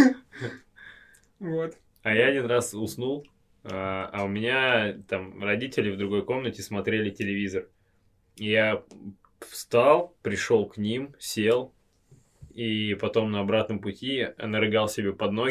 Вот.
А я один раз уснул, а, а у меня там родители в другой комнате смотрели телевизор. И я встал, пришел к ним, сел, и потом на обратном пути нарыгал себе под ноги.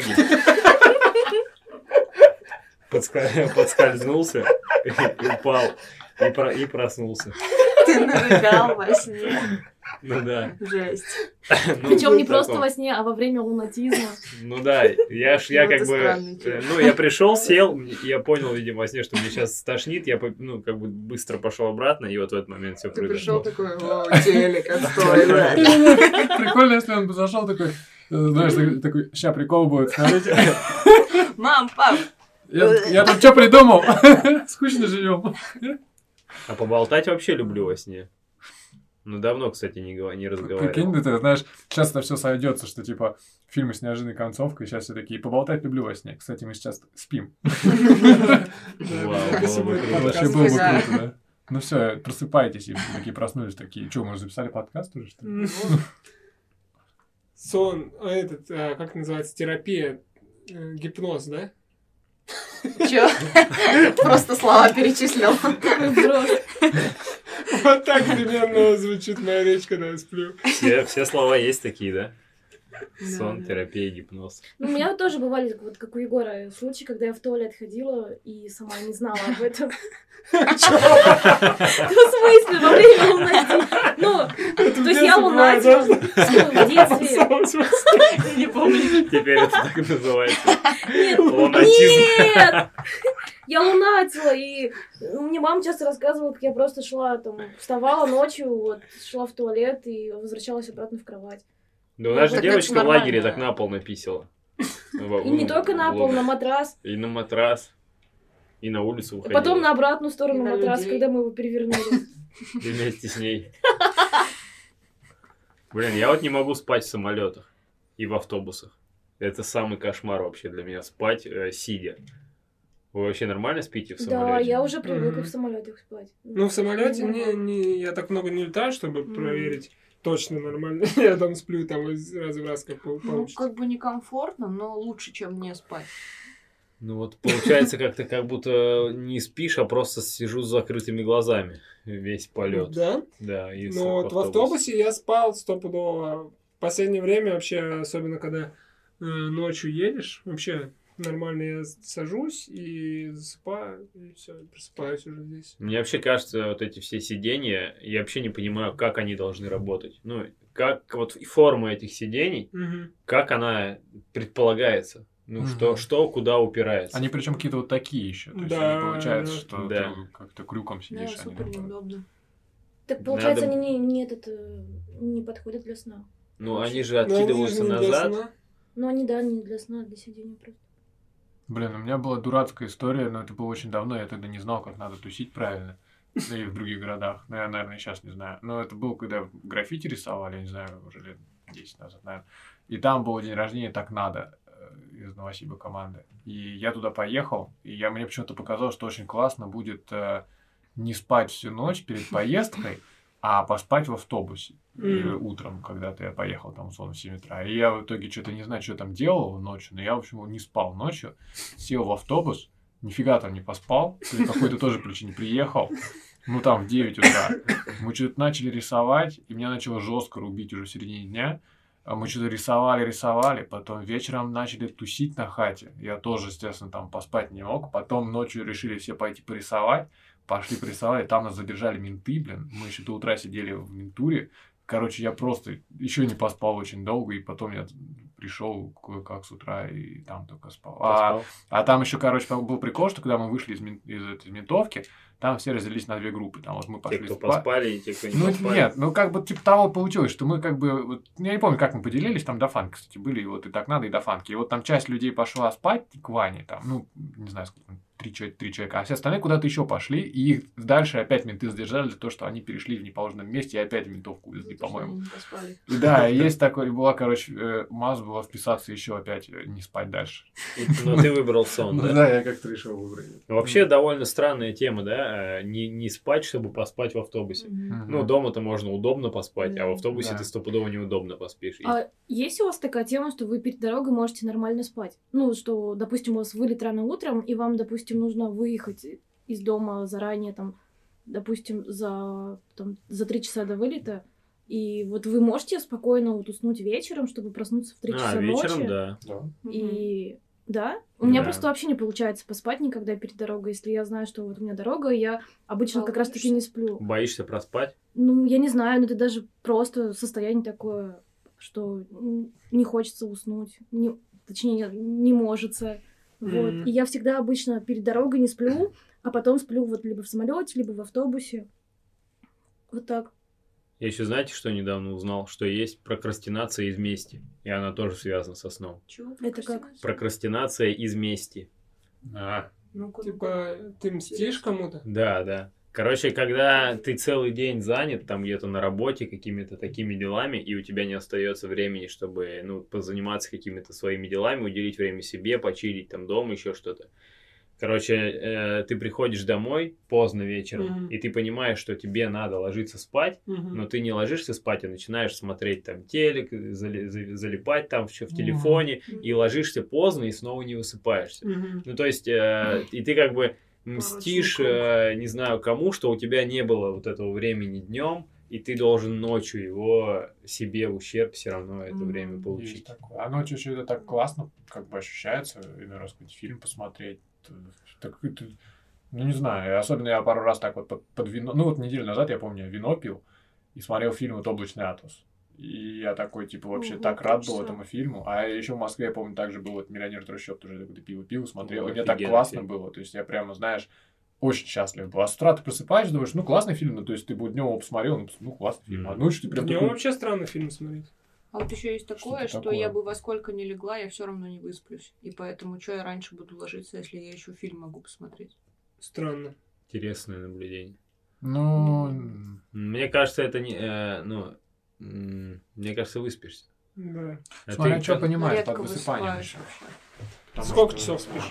Подска- Подскользнулся и упал. И, про- и проснулся.
Ты нарыгал во сне.
Ну да.
Жесть.
Ну,
Причем не
в
просто
таком.
во сне, а во время лунатизма.
Ну да, я ж, я
Ну,
как
это
бы,
странный
э,
тип.
ну, я пришел, сел, я понял, видимо, во сне, что мне сейчас стошнит, я, по- ну, как бы быстро пошел обратно, и вот в этот момент все
Ты пришел
произошло.
такой, о, телек, отстой, да.
Прикольно, если он бы зашел такой, э, знаешь, такой- такой, ща прикол будет, смотрите.
Мам, пап,
Я, я тут что придумал? Скучно живем.
А поболтать вообще люблю во сне. Ну, давно, кстати, не, говор- не
Прикинь,
разговаривал.
ты знаешь, сейчас это все сойдется, что типа фильмы с неожиданной концовкой, сейчас все такие, поболтать люблю во сне. Кстати, мы сейчас спим.
Вау, было бы круто.
Вообще было бы
Да.
круто, да? Ну все, просыпайтесь, и такие проснулись, такие, что, мы уже записали подкаст уже, что ли?
Сон, а этот, а, как называется, терапия, э, гипноз, да?
Чё? Просто слова перечислил.
Какой взрослый.
Вот так примерно звучит моя речь, когда я сплю.
Все, все слова есть такие, да? Сон,
Да.
терапия, гипноз.
Ну, у меня тоже бывали, вот как у Егора, случаи, когда я в туалет ходила и сама не знала об этом. Ну, в смысле, во время лунатизма? Ну, то есть я лунатила в детстве.
Я не помню.
Теперь это так называется.
Нет,
Лунатизм.
нет! Я лунатила, и мне мама часто рассказывала, как я просто шла, там, вставала ночью, вот, шла в туалет и возвращалась обратно в кровать.
Да у нас же
Так
девочка
это
в лагере
нормально.
так на пол написала.
И не только на пол, на матрас.
И на матрас. И на улицу
И
выходила.
потом на обратную сторону
И на
матраса,
людей.
когда мы его перевернули.
И вместе с ней. Блин, я вот не могу спать в самолетах и в автобусах. Это самый кошмар вообще для меня, спать э, сидя. Вы вообще нормально спите в самолете?
Да, я уже привыкла
Мгм.
в самолетах спать.
Ну, в самолете не,
Нормально.
не, я так много не летаю, чтобы
Мгм.
проверить точно нормально. Я там сплю там из раза в раз, как по-
Ну,
получится.
как бы некомфортно, но лучше, чем не спать.
Ну вот получается как-то как будто не спишь, а просто сижу с закрытыми глазами весь полет.
Да?
Да, и с-
Ну, вот в автобусе я спал стопудово. В последнее время вообще, особенно когда э, ночью едешь, вообще нормально я сажусь и засыпаю, и все, просыпаюсь уже здесь.
Мне вообще кажется, вот эти все сиденья, я вообще не понимаю, как они должны работать. Ну, как вот форма этих сидений,
Мгм.
как она предполагается. Ну,
Мгм.
что, что куда упирается.
Они причем какие-то вот такие еще. То есть
Да,
они получается,
да.
что
Да.
ты как-то крюком
Да,
сидишь, а не
супер
наоборот.
неудобно.
Так получается,
Надо-
они не, не, этот, э, не подходят для сна.
Ну, они же
Но они
откидываются
же не для
назад.
сна.
Но они, да, не для сна, а для сидения просто.
Блин, у меня была дурацкая история, но это было очень давно, я тогда не знал, как надо тусить правильно. Ну, и в других городах. Ну, я, наверное, сейчас не знаю. Но это было, когда граффити рисовали, я не знаю, уже лет десять назад, наверное. И там был день рождения «Так надо» э, из Новосиба команды. И я туда поехал, и я, мне почему-то показалось, что очень классно будет э, не спать всю ночь перед поездкой, а поспать в автобусе э,
Мгм.
утром, когда-то я поехал там, условно, в семь утра. И я в итоге что-то не знаю, что там делал ночью, но я, в общем, не спал ночью, сел в автобус, нифига там не поспал, по какой-то тоже причине приехал, ну там в девять утра. Мы что-то начали рисовать, и меня начало жестко рубить уже в середине дня. А мы что-то рисовали, рисовали, потом вечером начали тусить на хате. Я тоже, естественно, там поспать не мог. Потом ночью решили все пойти порисовать. Пошли порисовали, там нас задержали менты, блин. Мы еще до утра сидели в ментуре. Короче, я просто еще не поспал очень долго, и потом я пришел кое-как с утра и там только спал. А, а там еще, короче, был прикол, что когда мы вышли из, мент, из этой ментовки, там все разделились на две группы. Там вот мы пошли
те, кто
спать.
поспали, и те, кто не
ну,
поспали.
Нет, ну как бы типа того получилось, что мы как бы... Вот, я не помню, как мы поделились, там дофанки, кстати, были, и вот и так надо, и дофанки. И вот там часть людей пошла спать к Ване, там, ну, не знаю, сколько там, три человека, три человека, а все остальные куда-то еще пошли, и их дальше опять менты задержали за то, что они перешли в неположенном месте и опять ментовку увезли, по-моему. И да, есть такой, была, короче, масса была вписаться еще опять, не спать дальше.
Но ты выбрал сон, да?
Да, я как-то решил выбрать.
Вообще довольно странная тема, да? Не, не спать, чтобы поспать в автобусе. Ну, дома-то можно удобно поспать, а в автобусе ты стопудово неудобно поспишь.
А есть у вас такая тема, что вы перед дорогой можете нормально спать? Ну, что, допустим, у вас вылет рано утром, и вам, допустим, нужно выехать из дома заранее, там, допустим, за, там, за три часа до вылета, и вот вы можете спокойно вот уснуть вечером, чтобы проснуться в три
а,
часа
вечером,
ночи?
да.
И да, у меня
Да.
просто вообще не получается поспать никогда перед дорогой, если я знаю, что вот у меня дорога, и я обычно как раз-таки не сплю.
Боишься проспать?
Ну, я не знаю, но это даже просто состояние такое, что м, не хочется уснуть, не, точнее, не можется. Вот.
Мгм.
И я всегда обычно перед дорогой не сплю, а потом сплю вот либо в самолете, либо в автобусе. Вот так.
Я еще знаете, что недавно узнал? Что есть прокрастинация из мести. И она тоже связана со сном.
Чего?
Это как?
Прокрастинация из мести.
А,
Ну-ка, ну-ка.
Типа, ты мстишь кому-то?
Да, да. Короче, когда ты целый день занят там где-то на работе какими-то такими делами, и у тебя не остается времени, чтобы, ну, позаниматься какими-то своими делами, уделить время себе, почилить там дома, еще что-то. Короче, э, ты приходишь домой поздно вечером,
Мгм.
и ты понимаешь, что тебе надо ложиться спать,
Мгм.
но ты не ложишься спать, а начинаешь смотреть там телек, зали- за- залипать там в, чё- в телефоне,
Мгм.
и ложишься поздно, и снова не высыпаешься.
Мгм.
Ну, то есть, э, и ты как бы мстишь,
круг.
э, не знаю кому, что у тебя не было вот этого времени днем, и ты должен ночью его себе в ущерб все равно это
Мгм.
время
есть
получить.
такое. А ночью еще это так классно, как бы ощущается, иной раз какой-то фильм посмотреть. Так, это, ну, не знаю, особенно я пару раз так вот под, под вино, ну, вот неделю назад, я помню, я вино пил и смотрел фильм вот «Облачный атлас». И я такой, типа, вообще
Ого,
так рад был
точно.
этому фильму. А еще в Москве, я помню, также был вот «Миллионер трущоб», тоже какое-то пиво пил, смотрел.
О,
И мне так
офигенный
классно
фильм.
было. То есть я прямо, знаешь, очень счастлив был. А с утра ты просыпаешься, думаешь, ну, классный фильм, ну, то есть ты бы днем его посмотрел, ну, ну, классный фильм. А
Мгм.
ночью ты прям
Днем
такой...
вообще странно фильм смотреть.
А вот еще есть такое,
Что-то
что я
такое.
бы во сколько не легла, я все равно не высплюсь. И поэтому что я раньше буду ложиться, если я еще фильм могу посмотреть?
Странно.
Интересное наблюдение.
Ну,
Мне кажется, это не, э, ну, м, мне кажется, выспишься.
Да.
А
смотря
ты
что
как?
понимаешь
Редко
под высыпанием
высыпаюсь
еще.
вообще.
Потому
Сколько
что-
часов спишь?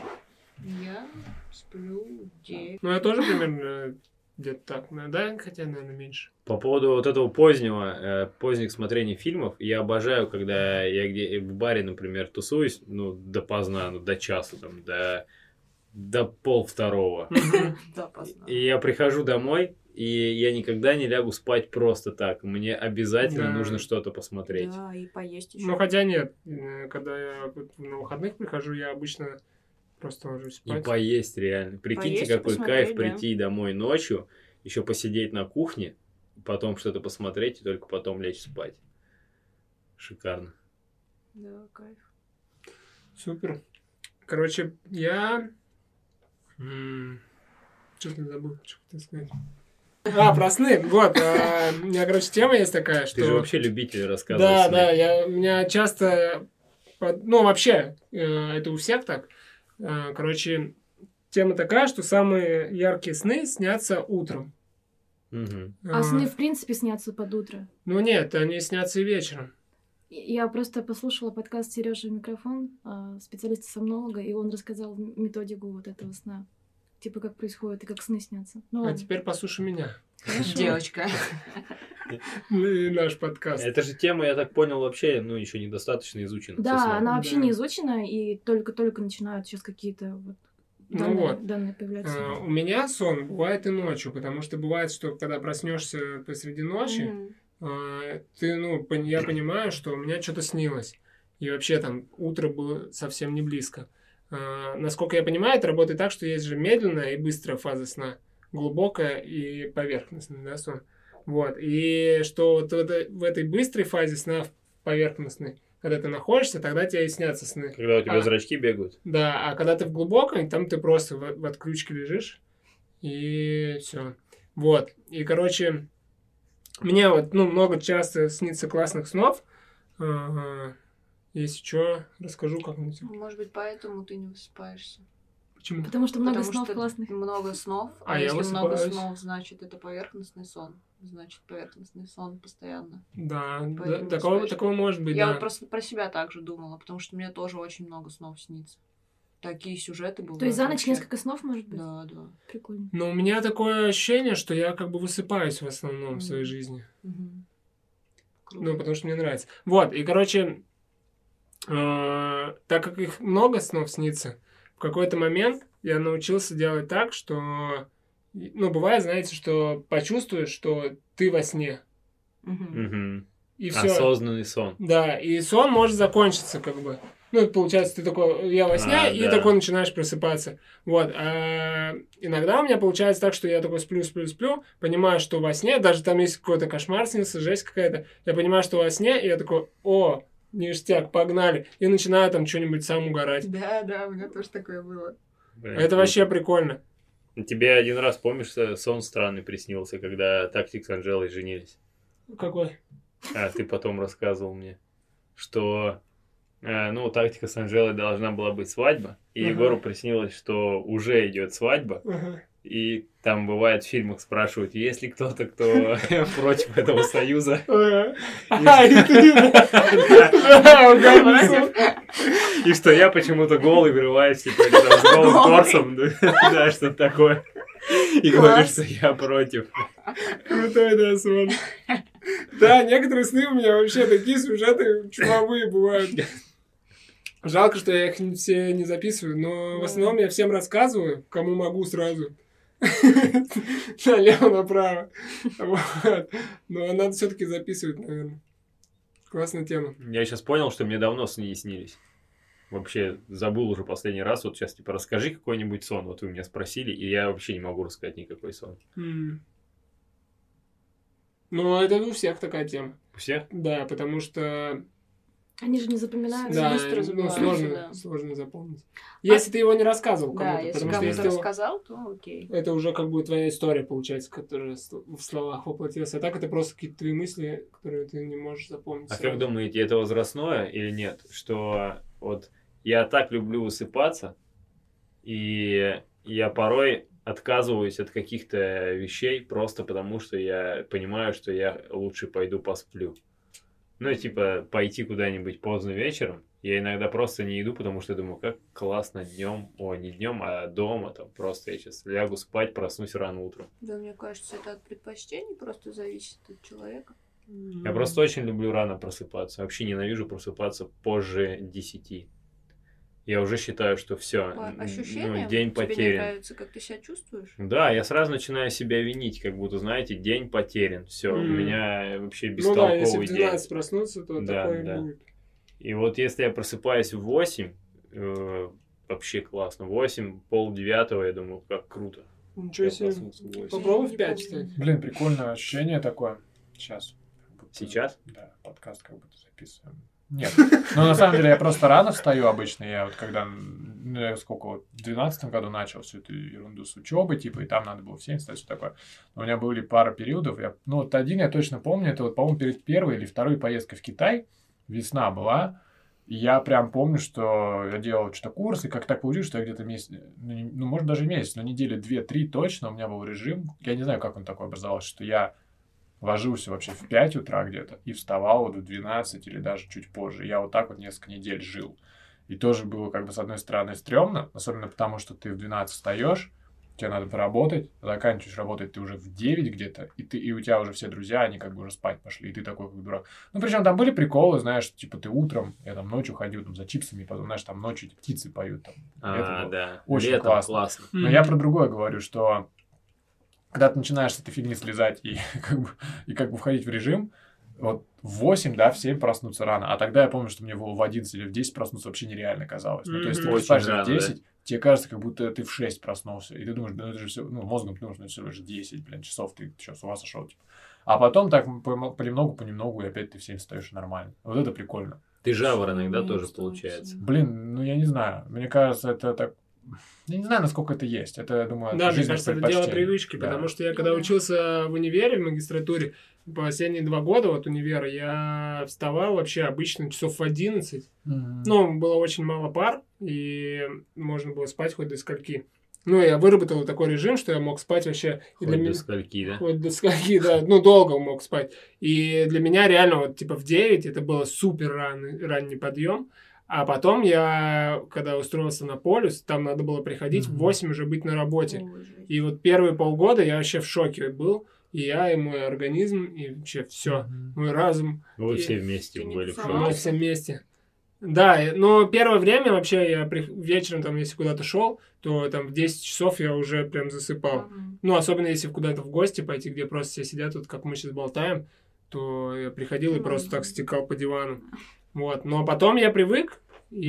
Я сплю девять.
Ну, я тоже примерно где-то так. Ну, да, хотя, наверное, меньше.
По поводу вот этого позднего, э, поздних смотрений фильмов, я обожаю, когда я где в баре, например, тусуюсь, ну, допоздна, ну, до часу, там, до, до пол второго.
Да, поздно.
И я прихожу домой, и я никогда не лягу спать просто так. Мне обязательно
Да.
нужно что-то посмотреть.
Да, и поесть еще.
Ну, хотя нет. Э, Когда я вот на выходных прихожу, я обычно просто ложусь
И
спать.
поесть реально. Прикиньте,
Поесть и
какой
посмотреть,
кайф
да.
прийти домой ночью, еще посидеть на кухне, потом что-то посмотреть и только потом лечь спать. Шикарно.
Да, кайф.
Супер. Короче, я... Что-то забыл, что хотел сказать. А, про сны. Вот. а, У меня, короче, тема есть такая, что...
Ты же вообще любитель рассказывать
Да,
сны.
да, я, у меня часто, под- ну, вообще, э, это у всех так. Э, Короче, тема такая, что самые яркие сны снятся утром.
Мгм.
А
Э,
сны, в принципе, снятся под утро.
Ну, нет, они снятся и вечером.
Я просто послушала подкаст Сережи Микрофон, а, специалиста сомнолога, и он рассказал методику вот этого сна. Типа, как происходит и как сны снятся. Ну,
А
ладно.
теперь послушай меня.
Хорошо.
Девочка.
И наш подкаст.
Эта же тема, я так понял, вообще, ну, еще недостаточно изучена. со
Да,
сном.
она вообще
Да.
не изучена, и только-только начинают сейчас какие-то вот
Ну
данные,
вот.
данные появляются.
А, у меня сон бывает и ночью, потому что бывает, что когда проснешься посреди ночи,
Мгм.
а, ты, ну, пон- я понимаю, что у меня что-то снилось. И вообще там утро было совсем не близко. А, насколько я понимаю, это работает так, что есть же медленная и быстрая фаза сна. Глубокая и поверхностная, да, сон. Вот. И что вот в этой, в этой быстрой фазе сна поверхностной, когда ты находишься, тогда тебе и снятся сны.
Когда у тебя
А.
зрачки бегают.
Да, а когда ты в глубокой, там ты просто в, в отключке лежишь, и все. Вот. И, короче, мне вот, ну, много часто снится классных снов. Ага. Если что, расскажу как-нибудь.
Может быть, поэтому ты не высыпаешься.
Почему?
Потому что много
Потому
снов
что
классных.
много снов, а,
А я
если много
высыпаюсь.
снов, значит, это поверхностный сон. Значит, поверхностный сон постоянно.
Да, да,
Поэтому
такого,
высыпаешься.
такого может быть,
Я
да.
вот просто про себя также думала, потому что мне тоже очень много снов снится. Такие сюжеты бывают.
То есть за ночь
вообще.
несколько снов, может быть?
Да, да.
Прикольно.
Но у меня такое ощущение, что я как бы высыпаюсь в основном
Мгм.
в своей жизни.
Мгм. Круто.
Ну, потому что мне нравится. Вот, и, короче, э, так как их много снов снится, в какой-то момент я научился делать так, что... Ну, бывает, знаете, что почувствуешь, что ты во сне.
Мгм.
Мгм.
И все.
Осознанный сон.
Да, и сон может закончиться, как бы. Ну, это получается, ты такой, я во сне,
А,
и
да.
такой начинаешь просыпаться. Вот. А иногда у меня получается так, что я такой сплю, сплю, сплю, понимаю, что во сне, даже там есть какой-то кошмар снился, жесть какая-то, я понимаю, что во сне, и я такой, о, ништяк, погнали. И начинаю там что-нибудь сам угорать.
Да, да, у меня тоже такое было.
Блин,
Это
круто.
вообще прикольно.
Тебе один раз, помнишь, сон странный приснился, когда Тактик с Анжелой женились?
Какой?
А ты потом рассказывал мне, что, э, ну, Тактика с Анжелой должна была быть свадьба, и
Ага.
Егору приснилось, что уже идет свадьба,
Ага.
и там бывает в фильмах спрашивают, есть ли кто-то, кто против этого союза.
Ага. А, и ты... Да, угарный сон.
И что я почему-то голый врываюсь, типа, или там с голым
Голый.
торсом, да, что-то такое. И говорю, что я против.
Крутой, да, сон. Да, некоторые сны у меня вообще такие сюжеты чумовые бывают. Жалко, что я их не- все не записываю, но в основном я всем рассказываю, кому могу сразу. Налево-направо. Вот. Но надо все-таки записывать, наверное. Классная тема.
Я сейчас понял, что мне давно сны не снились. Вообще забыл уже последний раз. Вот сейчас, типа, расскажи какой-нибудь сон. Вот вы меня спросили, и я вообще не могу рассказать никакой сон.
М. Ну, это у всех такая тема.
У всех?
Да, потому что
Они же не запоминаются.
да,
быстро
ну,
забываются,
сложно,
да.
сложно запомнить. Если ты его не рассказывал
Да,
кому-то,
если
потому что
кому-то
если ты его-
рассказал, то окей.
это уже как бы твоя история, получается, которая с- в словах воплотилась. А так это просто какие-то твои мысли, которые ты не можешь запомнить.
А
сразу.
как думаете, это возрастное или нет? Что вот я так люблю высыпаться, и я порой отказываюсь от каких-то вещей просто потому, что я понимаю, что я лучше пойду посплю. Ну, типа, пойти куда-нибудь поздно вечером. Я иногда просто не иду, потому что думаю, как классно днем, о, не днем, а дома, там, просто я сейчас лягу спать, проснусь рано утром.
Да, мне кажется, это от предпочтений просто зависит от человека.
Я просто очень люблю рано просыпаться. Вообще ненавижу просыпаться позже десяти. Я уже считаю, что все,
По
ну,
ощущениям
день
тебе не
потерян.
нравится, как ты себя чувствуешь?
Да, я сразу начинаю себя винить, как будто, знаете, день потерян. Все, у
Мгм.
меня вообще
Ну да,
бестолковый
если в
день.
двенадцать проснуться, то
Да,
такое
да.
и будет.
И вот если я просыпаюсь в восемь, э, вообще классно. восемь, полдевятого, я думаю, как круто.
Ничего
Я
себе.
проснулся в восемь.
Попробуй в
Не
пять,
помню.
кстати.
Блин, прикольное ощущение такое. Сейчас. Как будто-
Сейчас?
Да, подкаст как будто записываем. Нет. Ну, на самом деле, я просто рано встаю обычно. Я вот когда, ну, я сколько, вот, в двенадцатом году начал всю эту ерунду с учебы, типа, и там надо было в семь встать, все такое. Но у меня были пара периодов. Я, ну, вот один я точно помню, это вот, по-моему, перед первой или второй поездкой в Китай. Весна была. И я прям помню, что я делал что-то курс, и как так получилось, что я где-то месяц, ну, не- ну, может, даже месяц, но недели две-три точно у меня был режим. Я не знаю, как он такой образовался, что я ложился вообще в пять утра где-то и вставал вот в двенадцать или даже чуть позже. Я вот так вот несколько недель жил. И тоже было как бы с одной стороны стрёмно, особенно потому, что ты в двенадцать встаешь, тебе надо поработать, заканчиваешь работать ты уже в девять где-то, и, ты, и у тебя уже все друзья, они как бы уже спать пошли, и ты такой как дурак. Ну, причем там были приколы, знаешь, типа ты утром, я там ночью ходил там, за чипсами, потом, знаешь, там ночью птицы поют. Там,
А, да.
Очень
Летом
классно.
классно.
Но я про другое говорю, что когда ты начинаешь с этой фигни слезать и как бы, и как бы входить в режим, вот в восемь, да, в семь проснуться рано. А тогда я помню, что мне было в одиннадцать или в десять проснуться вообще нереально казалось. Ну, то есть ты
Очень
спишь
рано,
в десять,
да?
тебе кажется, как будто ты в шесть проснулся. И ты думаешь, да ну это же все, ну, мозгом ты думаешь, ну это всего лишь десять, блин, часов, ты что, с ума сошел, типа. А потом так понемногу, понемногу, и опять ты в семь встаешь нормально. Вот это прикольно.
Ты жаворонок, да,
Нет,
тоже
точно.
получается?
Блин, ну я не знаю. Мне кажется, это так... Я не знаю, насколько это есть. Это, я думаю,
Да, мне
жизненных
кажется, это дело
предпочтений.
привычки,
Да.
потому что я когда
Да.
учился в универе, в магистратуре, последние два года вот универа, я вставал вообще обычно часов в одиннадцать.
Мгм.
Ну, было очень мало пар, и можно было спать хоть до скольки. Ну, я выработал такой режим, что я мог спать вообще... и
Хоть
для
до
меня-
скольки, да?
Хоть до скольки, да. Ну, долго мог спать. И для меня реально вот типа в девять это было супер ранний, ранний подъем. А потом я, когда устроился на полюс, там надо было приходить
Мгм.
в восемь уже быть на работе.
Ой, жесть.
И вот первые полгода я вообще в шоке был. И я, и мой организм, и вообще все.
Мгм.
Мой разум.
Вы
И-
все вместе
Ты не
были в
тусовался?
Мы
шоке.
все вместе. Да, и- но первое время вообще я при- вечером, там, если куда-то шел, то там в десять часов я уже прям засыпал.
Мгм.
Ну, особенно если куда-то в гости пойти, где просто все сидят, вот как мы сейчас болтаем, то я приходил и просто так стекал по дивану. Вот. Но потом я привык,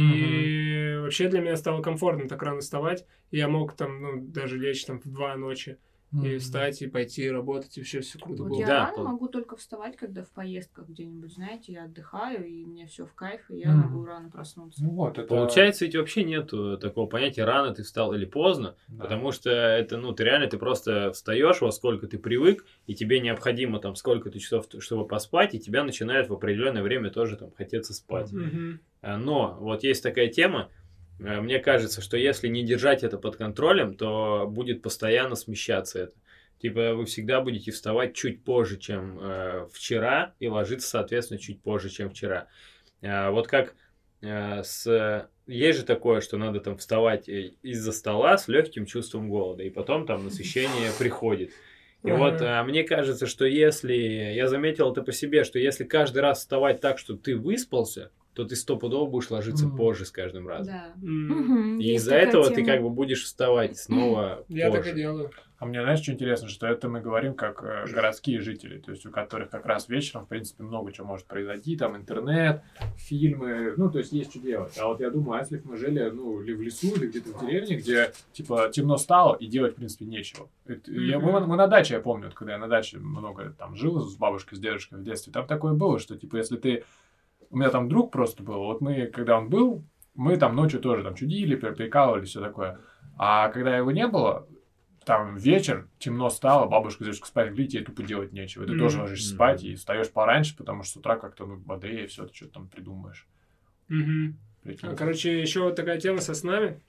и вообще для меня стало комфортно так рано вставать. И я мог там, ну, даже лечь там в два ночи, и
Мгм.
встать, и пойти работать, и вообще все круто
Вот
было.
я
Да,
рано
пол-
могу только вставать, когда в поездках где-нибудь, знаете, я отдыхаю, и мне все в кайф, и я
Мгм.
могу рано проснуться.
Ну вот, это...
Получается, ведь вообще нету такого понятия рано ты встал или поздно,
Да.
потому что это, ну, ты реально, ты просто встаешь, во сколько ты привык, и тебе необходимо там сколько ты часов, чтобы поспать, и тебя начинает в определенное время тоже там хотеться спать.
Мгм.
А, Но вот есть такая тема, э, мне кажется, что если не держать это под контролем, то будет постоянно смещаться это. Типа вы всегда будете вставать чуть позже, чем э, вчера, и ложиться, соответственно, чуть позже, чем вчера. А, вот как э, с... Есть же такое, что надо там вставать э, из-за стола с легким чувством голода, и потом там насыщение приходит. И
Ага.
вот а, мне кажется, что если... Я заметил это по себе, что если каждый раз вставать так, что ты выспался, то ты стопудово будешь ложиться
Мгм.
позже с каждым разом.
Да.
М.
Мгм,
И
есть
из-за
такая
этого ты
тема.
как бы будешь вставать снова
Я так и
позже.
делаю.
А мне, знаешь, что интересно, что это мы говорим как э, городские жители, то есть у которых как раз вечером, в принципе, много чего может произойти, там интернет, фильмы, ну, то есть есть что делать. А вот я думаю, а если бы мы жили, ну, или в лесу, или где-то в деревне, где, типа, темно стало и делать, в принципе, нечего. Это- я- мы, мы на даче, я помню, вот когда я на даче много там жил с бабушкой, с дедушкой в детстве, там такое было, что, типа, если ты... У меня там друг просто был, вот мы, когда он был, мы там ночью тоже там чудили, прикалывали, все такое. А когда его не было, там вечер, темно стало, бабушка, дедушка спать легли, тебе тупо делать нечего. И ты
Мгм.
тоже ложишься
Мгм.
спать и встаешь пораньше, потому что с утра как-то ну, бодрее, все, ты что-то там придумаешь.
Мгм.
Прикинь.
Короче, еще вот такая тема со снами,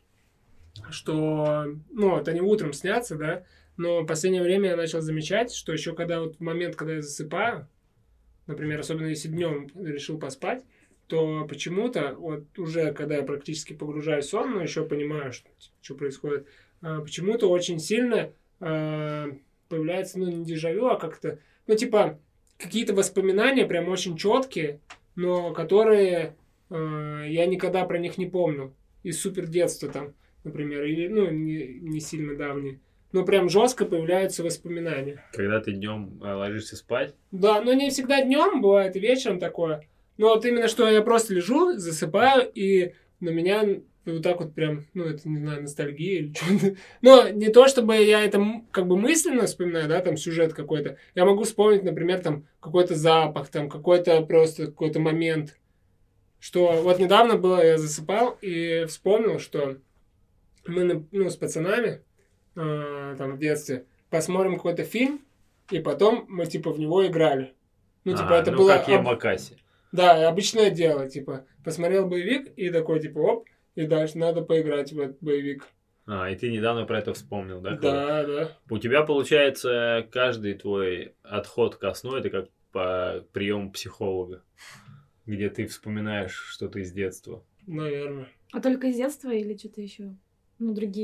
что, ну, вот они утром снятся, да, но в последнее время я начал замечать, что еще когда вот в момент, когда я засыпаю, например, особенно если днем решил поспать, то почему-то вот уже когда я практически погружаюсь в сон, но еще понимаю, что, что происходит, а, почему-то очень сильно а, появляется, ну, не дежавю, а как-то, ну, типа, какие-то воспоминания прям очень четкие, но которые э, я никогда про них не помню. Из супер детства там, например, или, ну, не, не сильно давние. Но прям жестко появляются воспоминания.
Когда ты днем э, ложишься спать,
Да, но не всегда днем, бывает и вечером такое. Но вот именно что я просто лежу, засыпаю, и на меня вот так вот прям, ну, это, не знаю, ностальгия или что-то. Но не то, чтобы я это м- как бы мысленно вспоминаю, да, там сюжет какой-то. Я могу вспомнить, например, там какой-то запах, там какой-то просто какой-то момент. Что вот недавно было, я засыпал и вспомнил, что мы, на- ну, с пацанами э, там в детстве посмотрим какой-то фильм, и потом мы типа в него играли. Ну, типа,
А,
это
ну,
было...
как Ямакаси.
Да, обычное дело, типа, посмотрел боевик и такой, типа, оп, и дальше надо поиграть в этот боевик.
А, и ты недавно про это вспомнил, да?
Да, да.
У тебя, получается, каждый твой отход ко сну, это как по приему психолога, где ты вспоминаешь что-то из детства.
Наверное.
А только из детства или что-то еще? Ну, другие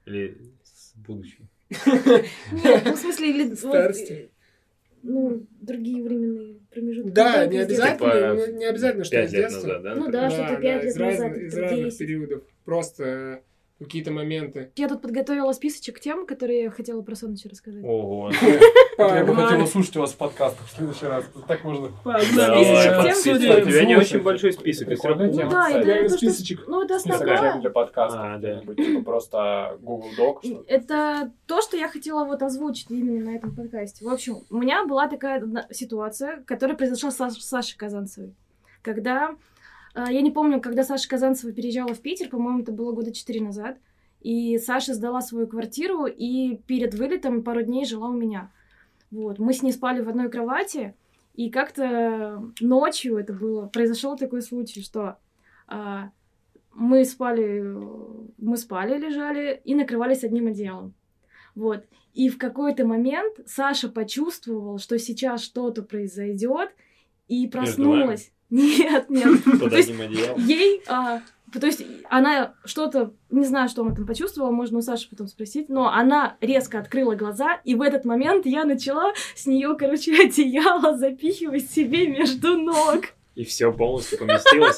Или с будущим?
Нет, ну, в смысле, или... вот,
Старости.
ну, другие временные промежутки.
Да,
только
не
с детства.
обязательно,
Типа
не обязательно, что из
Пять лет
детства.
назад, да?
Ну
например?
да, что-то пять лет
из, разных,
назад,
из
это
разных
десять.
периодов. Просто какие-то моменты.
Я тут подготовила списочек тем, которые я хотела про Соныча рассказать.
Ого.
Я бы
Погнали.
хотел услышать у вас в подкастах в следующий раз. Так можно.
Давай,
Списочек тем,
список.
где-
У тебя не
Слушай,
очень большой список. если
прикольная
я
Ну
тема,
да,
кстати.
это
Реально
то, что...
списочек.
Ну, это
Список
основное.
тем для подкаста.
А, да.
Какой-нибудь, типа просто Google Doc. что-то.
Это то, что я хотела вот озвучить именно на этом подкасте. В общем, у меня была такая одна ситуация, которая произошла с Саш- Сашей Казанцевой. Когда... э, Я не помню, когда Саша Казанцева переезжала в Питер, по-моему, это было года четыре назад. И Саша сдала свою квартиру, и перед вылетом пару дней жила у меня. Вот. Мы с ней спали в одной кровати, и как-то ночью это было, произошел такой случай, что а, мы спали, мы спали, лежали и накрывались одним одеялом. Вот. И в какой-то момент Саша почувствовала, что сейчас что-то произойдет, и проснулась. Нет, нет.
Под
То есть
одним одеялом.
ей, а, то есть она что-то, не знаю, что она там почувствовала, можно у Саши потом спросить, но она резко открыла глаза, и в этот момент я начала с нее, короче, одеяло запихивать себе между ног.
И все полностью поместилось.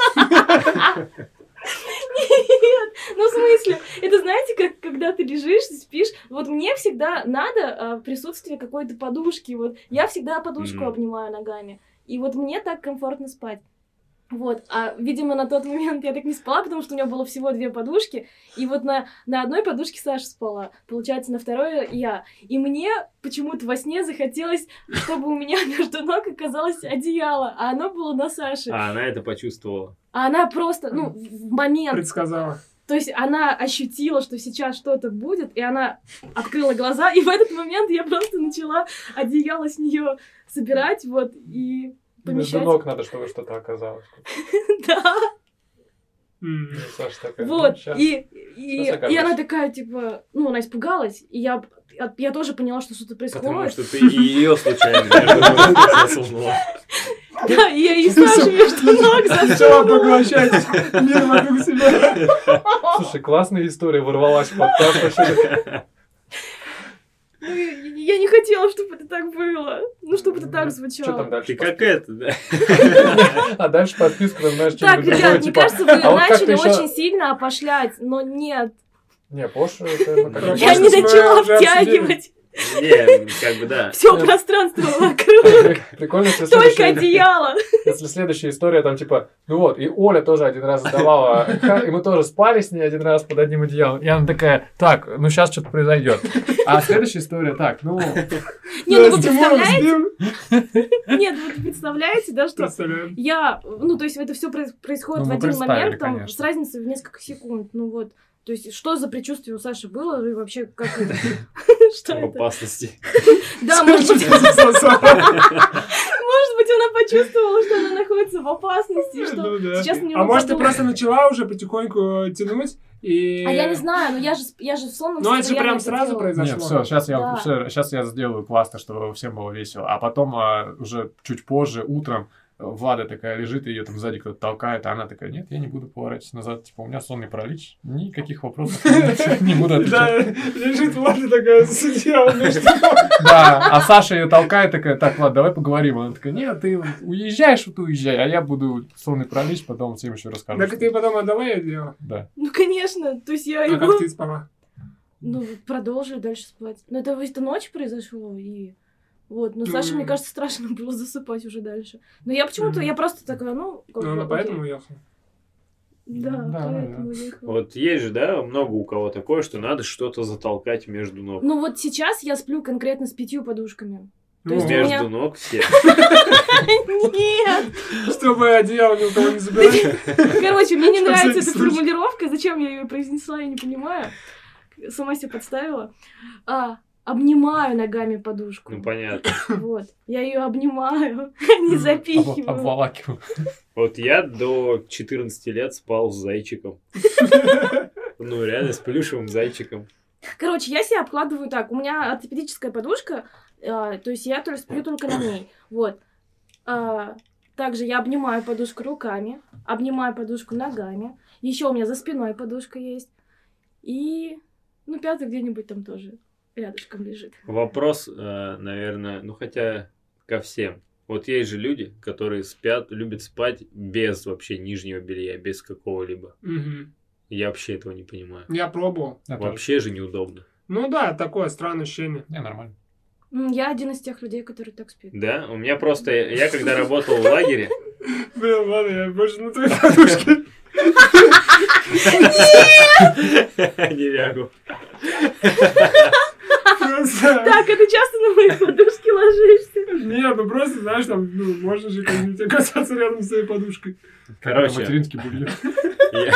Нет, ну в смысле, это знаете, как когда ты лежишь, спишь, вот мне всегда надо а, присутствие какой-то подушки, вот я всегда подушку
Мгм.
обнимаю ногами, и вот мне так комфортно спать. Вот, а, видимо, на тот момент я так не спала, потому что у меня было всего две подушки, и вот на, на одной подушке Саша спала, получается, на второй я. И мне почему-то во сне захотелось, чтобы у меня между ног оказалось одеяло, а оно было на Саше.
А она это почувствовала.
А она просто, ну, в момент,
Предсказала.
то есть она ощутила, что сейчас что-то будет, и она открыла глаза, и в этот момент я просто начала одеяло с нее собирать, вот, и
Между
помещать.
ног надо, чтобы что-то оказалось.
Да.
М.
И Саша такая, ну,
Вот,
щас.
и, и,
Щас окажется.
и она такая, типа, ну, она испугалась, и я, я тоже поняла, что что-то
Потому
происходит.
что ты и ее случайно между ног засунула.
Да, и я и Сашу между ног
Начала
засунула.
поглощать мир вокруг себя.
Слушай, классная история ворвалась в подкаст. Вообще.
Ну, и я не хотела, чтобы это так было. Ну, чтобы это так
Что там
звучало.
дальше?
Ты как это, да?
А дальше подписку, там, знаешь,
Так,
что-нибудь другое,
ребят, мне
типа...
кажется, вы
а вот как
начали
ты ещё-
очень сильно опошлять, но нет.
Не, Поша, это... ну, как бы-
Может,
Я не
мы
начала
уже
втягивать
Не, как бы да.
все
Нет.
пространство вокруг,
Прикольно, если
только
следующая,
одеяло.
если следующая история, там, типа, ну вот, и Оля тоже один раз сдавала, и мы тоже спали с ней один раз под одним одеялом, и она такая, так, ну сейчас что-то произойдет. А следующая история, так, ну...
Не, ну вы
С Тимуром
представляете?
спим.
Нет, вы представляете, да, что
Представляю.
я, ну, то есть это все происходит
Ну,
в
мы
один
представили,
момент, там,
конечно.
с разницей в несколько секунд, ну вот. То есть, что за предчувствие у Саши было, и вообще, как это? Что
В
это?
опасности.
Да, может быть,
Засосала.
может быть, она почувствовала, что она находится в опасности, и что
Ну да.
сейчас на него
А может, ты
подумают.
просто начала уже потихоньку тянуть и...
А я не знаю, но я же, я же в сонном
Ну, это же
состоянии
прям
это
сразу
делала.
произошло.
Нет, все, сейчас я,
Да.
всё, сейчас я сделаю классно, чтобы всем было весело. А потом а, уже чуть позже, утром, Влада такая лежит, и ее там сзади кто-то толкает, а она такая, нет, я не буду поворачиваться назад, типа, у меня сонный паралич, никаких вопросов не буду
Да,
отвечать.
лежит Влада такая с одеялом между ног.
Да, а Саша ее толкает, такая, так, ладно, давай поговорим. Она такая, нет, ты уезжаешь, вот уезжай, а я буду сонный паралич, потом всем еще расскажу.
Так
что-
ты потом отдала ей дело.
Да.
Ну, конечно, то есть я
А
его...
как ты спала?
Ну, продолжили дальше спать. Но это, это ночь произошло, и... Вот, но
Ну,
Саше, мне
и-
кажется, страшно было засыпать уже дальше. Но я почему-то,
Мгм.
я просто такая, ну... как
Ну,
бы,
она
окей.
поэтому уехала.
Да,
Да,
поэтому уехала.
Вот есть же, да, много у кого такое, что надо что-то затолкать между ног.
Ну, вот сейчас я сплю конкретно с пятью подушками. То есть у
Между
меня-
ног все.
Нет!
Чтобы одеяло ни у кого не забирать.
Короче, мне не
На
нравится
всякий
эта
случай.
формулировка. Зачем я ее произнесла, я не понимаю. Сама себе подставила. А, обнимаю ногами подушку.
Ну, понятно.
Вот. Я ее обнимаю, а не
Об-
запихиваю.
Обволакиваю.
Вот я до четырнадцати лет спал с зайчиком. Ну, реально, с плюшевым зайчиком.
Короче, я себя обкладываю так. У меня ортопедическая подушка, а, то есть я только сплю только на ней. Вот. А, также я обнимаю подушку руками, обнимаю подушку ногами. Еще у меня за спиной подушка есть. И Ну, пятый где-нибудь там тоже рядышком лежит.
Вопрос, э, наверное, ну хотя ко всем. Вот есть же люди, которые спят, любят спать без вообще нижнего белья, без какого-либо.
Мгм.
Я вообще этого не понимаю.
Я пробовал.
Я тоже.
Вообще же неудобно.
Ну да, такое странное ощущение.
Не, нормально.
М, Я один из тех людей, которые так спит.
Да? У меня просто... Я когда работал в лагере...
Блин, ладно, я больше на твоей подушке.
Не лягу.
Просто...
Так, а ты часто на мои подушки ложишься?
Нет, ну просто, знаешь, там, ну, можно же как-нибудь оказаться рядом с своей подушкой.
Короче,
Материнский бульон.
я,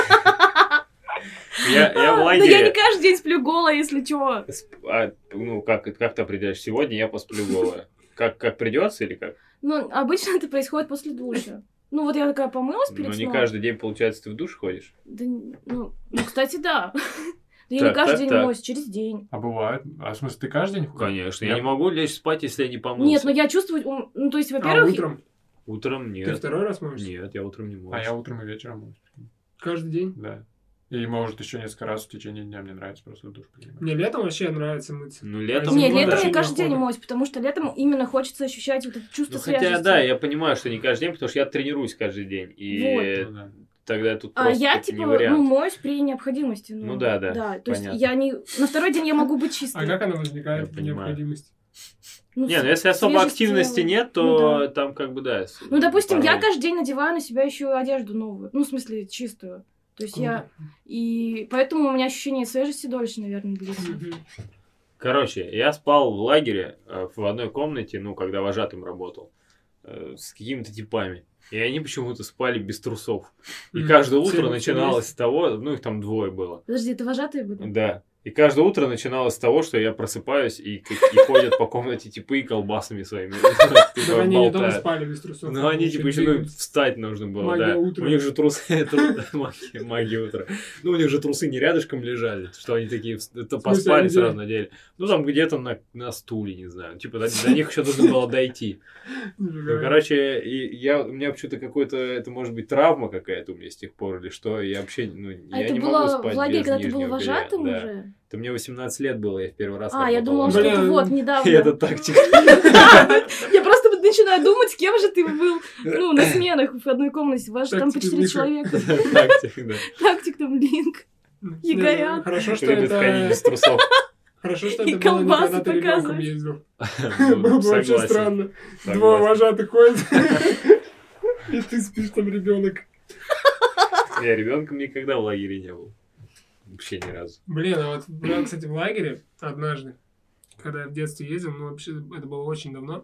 я, я в
Но
лагере...
я не каждый день сплю голая, если чего.
Сп- а, ну, как, как ты определяешь? Сегодня я посплю голая. Как, как придется или как?
Ну, обычно это происходит после душа. Ну, вот я такая помылась перед
Ну, не
сном.
каждый день, получается, ты в душ ходишь?
Да, ну, ну, кстати, да. Да я
Так,
не каждый
так,
день
так.
моюсь, через день.
А бывает? А в смысле, ты каждый день ходишь?
Конечно. Я
Я-
не могу лечь спать, если я не помылся.
Нет, но я чувствую, ум, ну, то есть,
А
во-первых...
утром?
Утром
Ты
нет.
второй раз моешься?
Нет, я утром не могу.
А я утром и вечером моюсь.
Каждый день?
Да. И, может, еще несколько раз в течение дня мне нравится просто в душ принимать.
Мне летом вообще нравится мыться.
Ну,
А
летом...
зимой
Нет,
вообще
летом я
не
каждый день
охота.
моюсь, потому что летом именно хочется ощущать вот это чувство
Ну, хотя,
свежести.
да, я понимаю, что не каждый день, потому что я тренируюсь каждый день. И
Ну да.
тогда тут
А
просто
я,
это
типа,
не вариант.
ну, моюсь при необходимости. Ну,
Ну да, да,
Да, то есть
понятно.
я не... На второй день я могу быть чистой.
А как она возникает,
Я понимаю.
необходимость?
Ну,
Не, ну
с-
если особо
свежесть
активности
тела.
нет, то
Ну да.
там как бы да. с-
Ну, допустим, я
порой.
каждый день надеваю на себя еще одежду новую. Ну, в смысле, чистую. То есть я... И поэтому у меня ощущение свежести дольше, наверное, длится.
Мгм.
Короче, я спал в лагере э, в одной комнате, ну, когда вожатым работал, э, с какими-то типами. И они почему-то спали без трусов. И
Мгм.
каждое утро
Всем-
начиналось
всем
с того, ну, их там двое было.
Подожди, это вожатые были?
Да. И каждое утро начиналось с того, что я просыпаюсь, и, к- и ходят по комнате типы и колбасами своими.
Так
Типа
они не дома
болтают.
спали без трусов.
Ну, они типа еще ну,
двигаются.
встать нужно было,
Магия
да.
утра.
У них же трусы, тру- магия, магия утра. Ну, у них же трусы не рядышком лежали, что они такие, вс- это поспали
они
сразу
где?
надели. Ну, там где-то на, на стуле, не знаю. Типа, до, до них еще нужно было дойти. Ну, короче, и я, у меня почему-то какой-то, это может быть травма какая-то у меня с тех пор, или что, я вообще, ну,
А
я
это
не
было
могу спать
в лагере,
без
когда ты был
нижнего белья,
вожатым
да.
уже?
Это мне восемнадцать лет было, я в первый раз
А, я
работал
думала,
в
что
лагере.
это
Блин.
вот недавно.
И это тактика.
Я просто вот начинаю думать, с кем же ты был, ну, на сменах в одной комнате. Вас же там по
Тактика
четыре
Миша.
человека.
Тактика, да.
Тактик там Линк. Егорян.
Хорошо, что
Любит ходить
это...
без трусов.
Хорошо, что
И
это было не
колбасы
когда ты ребенком
показывать.
ездил.
Ну,
Было бы очень
согласен.
странно.
Согласен.
Двое вожатых ходят. И ты спишь там ребенок.
Я ребенком никогда в лагере не был. Вообще ни разу.
Блин, а вот я, кстати, в лагере однажды, когда я в детстве ездил, ну, вообще, это было очень давно,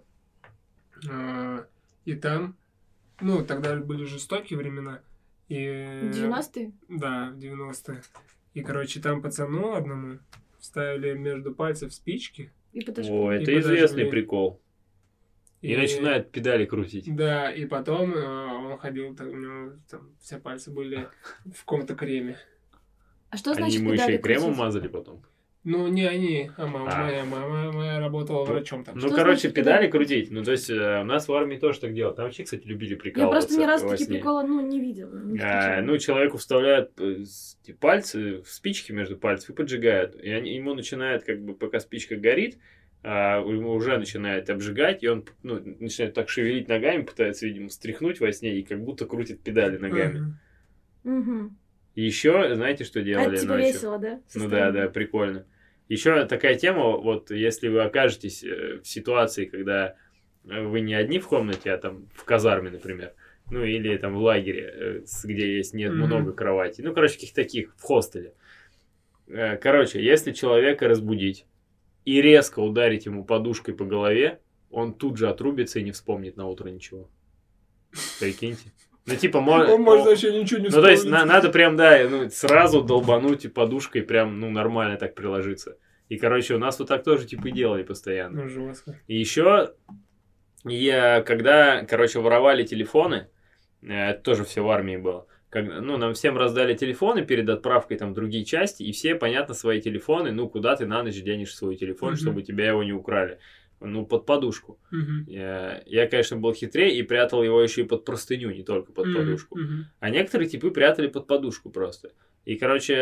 а, и там, ну, тогда были жестокие времена, и...
девяностые?
Да, в девяностые. И, короче, там пацану одному вставили между пальцев спички.
И подожди.
О, это
И
известный
подожгли.
прикол. И начинает педали крутить.
Да, и потом э, он ходил, так, у него там все пальцы были в каком-то креме.
А что
Они
значит
ему еще
педали
и кремом
крутить?
мазали потом.
Ну, не они, а мама
А.
моя. Мама моя работала врачом там.
Ну,
Что
короче,
значит
педали
педали
крутить. Ну, то есть, э, у нас в армии тоже так делают. Там вообще, кстати, любили
Я
прикалываться.
просто ни разу
во
такие
сне.
приколы, ну, не видела. не
А,
встречала.
ну, человеку вставляют э, с- эти пальцы, в спички между пальцев и поджигают. И они, ему начинает, как бы, пока спичка горит, а, ему уже начинает обжигать, и он ну, начинает так шевелить ногами, пытается, видимо, стряхнуть во сне, и как будто крутит педали ногами.
Ага.
Мгм.
И еще, знаете, что
А
делали
это типа
ночью?
весело, да? Со
Ну да,
стороны?
да, прикольно. Еще такая тема, вот если вы окажетесь э, в ситуации, когда э, вы не одни в комнате, а там в казарме, например, ну или там в лагере, э, с- где есть нет
Мгм.
много кроватей, ну, короче, каких таких, в хостеле. Э, Короче, если человека разбудить и резко ударить ему подушкой по голове, он тут же отрубится и не вспомнит на утро ничего. Прикиньте. Ну, типа, мо-
Он может
о-
вообще ничего не
ну, то есть,
вспомнить.
на- надо прям, да, ну, сразу долбануть и подушкой прям, ну, нормально так приложиться. И, короче, у нас вот так тоже, типа, и делали постоянно.
Ну, жестко.
И еще, я, когда, короче, воровали телефоны, э, это тоже все в армии было, когда, ну, нам всем раздали телефоны перед отправкой там в другие части, и все, понятно, свои телефоны, ну, куда ты на ночь денешь свой телефон,
Мгм.
чтобы тебя его не украли. Ну, под подушку.
Мгм.
Я, я, конечно, был хитрее и прятал его еще и под простыню, не только под
Мгм.
подушку.
Мгм.
А некоторые типы прятали под подушку просто. И, короче,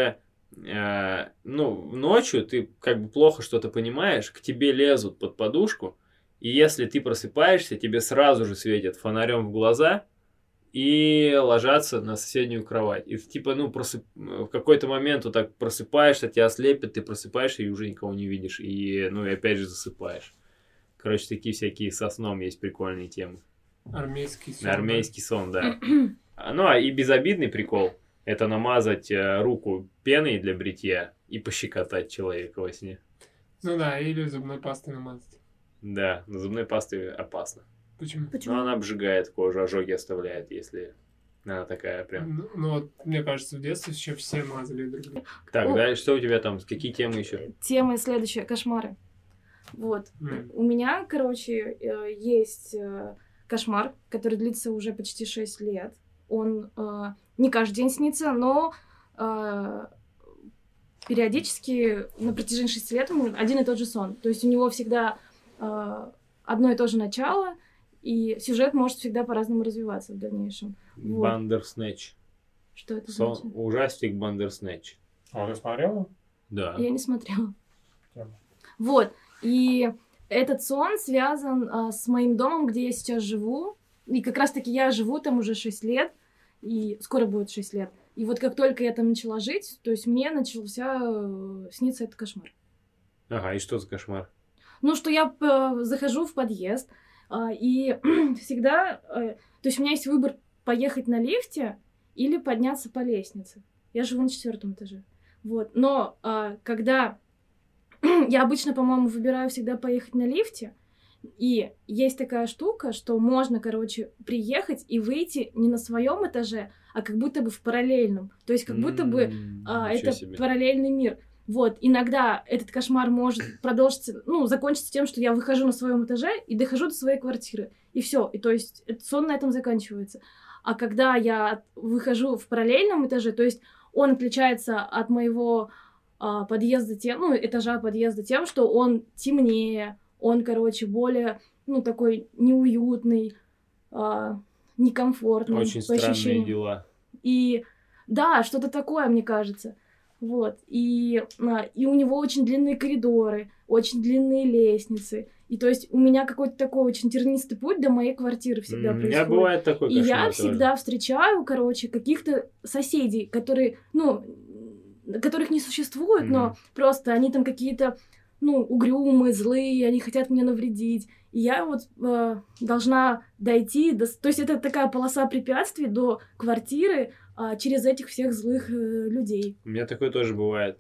э, ну, ночью ты как бы плохо что-то понимаешь, к тебе лезут под подушку, и если ты просыпаешься, тебе сразу же светят фонарем в глаза и ложатся на соседнюю кровать. И типа, ну, просып... в какой-то момент вот так просыпаешься, тебя ослепят, ты просыпаешься и уже никого не видишь. И, ну, и опять же засыпаешь. Короче, такие всякие со сном есть прикольные темы.
Армейский сон.
Армейский сон, да. Ну, а и безобидный прикол – это намазать э, руку пеной для бритья и пощекотать человека во сне.
Ну да, или зубной пастой намазать.
Да, на зубной пастой опасно.
Почему?
Почему?
Но она обжигает кожу, ожоги оставляет, если она такая прям.
Ну, ну, вот, мне кажется, в детстве еще все мазали друг друга.
Так,
О.
дальше что у тебя там? Какие темы еще?
Тема следующая. Кошмары. Вот.
М.
У меня, короче, э, есть э, кошмар, который длится уже почти шесть лет. Он э, не каждый день снится, но э, периодически на протяжении шести лет ему один и тот же сон. То есть у него всегда э, одно и то же начало, и сюжет может всегда по-разному развиваться в дальнейшем. Вот.
Бандерснэч.
Что это
Сон...
значит?
Ужастик Бандерснэч.
А ты смотрела?
Да.
Я не смотрела.
Тема.
Вот. И этот сон связан а, с моим домом, где я сейчас живу. И как раз-таки я живу там уже шесть лет. И скоро будет шесть лет. И вот как только я там начала жить, то есть мне начался э, сниться этот кошмар.
Ага, и что за кошмар?
Ну, что я э, захожу в подъезд, э, и всегда... Э, то есть у меня есть выбор поехать на лифте или подняться по лестнице. Я живу на четвертом этаже. Вот. Но э, когда... я обычно, по-моему, выбираю всегда поехать на лифте, и есть такая штука, что можно, короче, приехать и выйти не на своем этаже, а как будто бы в параллельном. То есть как будто бы
М,
а,
ничего
это
себе.
параллельный мир. Вот, иногда этот кошмар может продолжиться, ну, закончиться тем, что я выхожу на своем этаже и дохожу до своей квартиры. И все. И то есть этот сон на этом заканчивается. А когда я выхожу в параллельном этаже, то есть он отличается от моего а, подъезда тем, ну, этажа подъезда тем, что он темнее, он, короче, более, ну, такой неуютный, а, некомфортный.
Очень
по
странные
ощущениям.
дела.
И да, что-то такое, мне кажется. Вот. И, а, и у него очень длинные коридоры, очень длинные лестницы. И то есть у меня какой-то такой очень тернистый путь до моей квартиры всегда
М, У
происходит.
меня бывает такой
И
кошмар
я
тоже.
всегда встречаю, короче, каких-то соседей, которые, ну, которых не существует, но
Мгм.
просто они там какие-то, ну, угрюмые, злые, они хотят мне навредить. И я вот э, должна дойти, до... то есть это такая полоса препятствий до квартиры а, через этих всех злых э, людей.
У меня такое тоже бывает.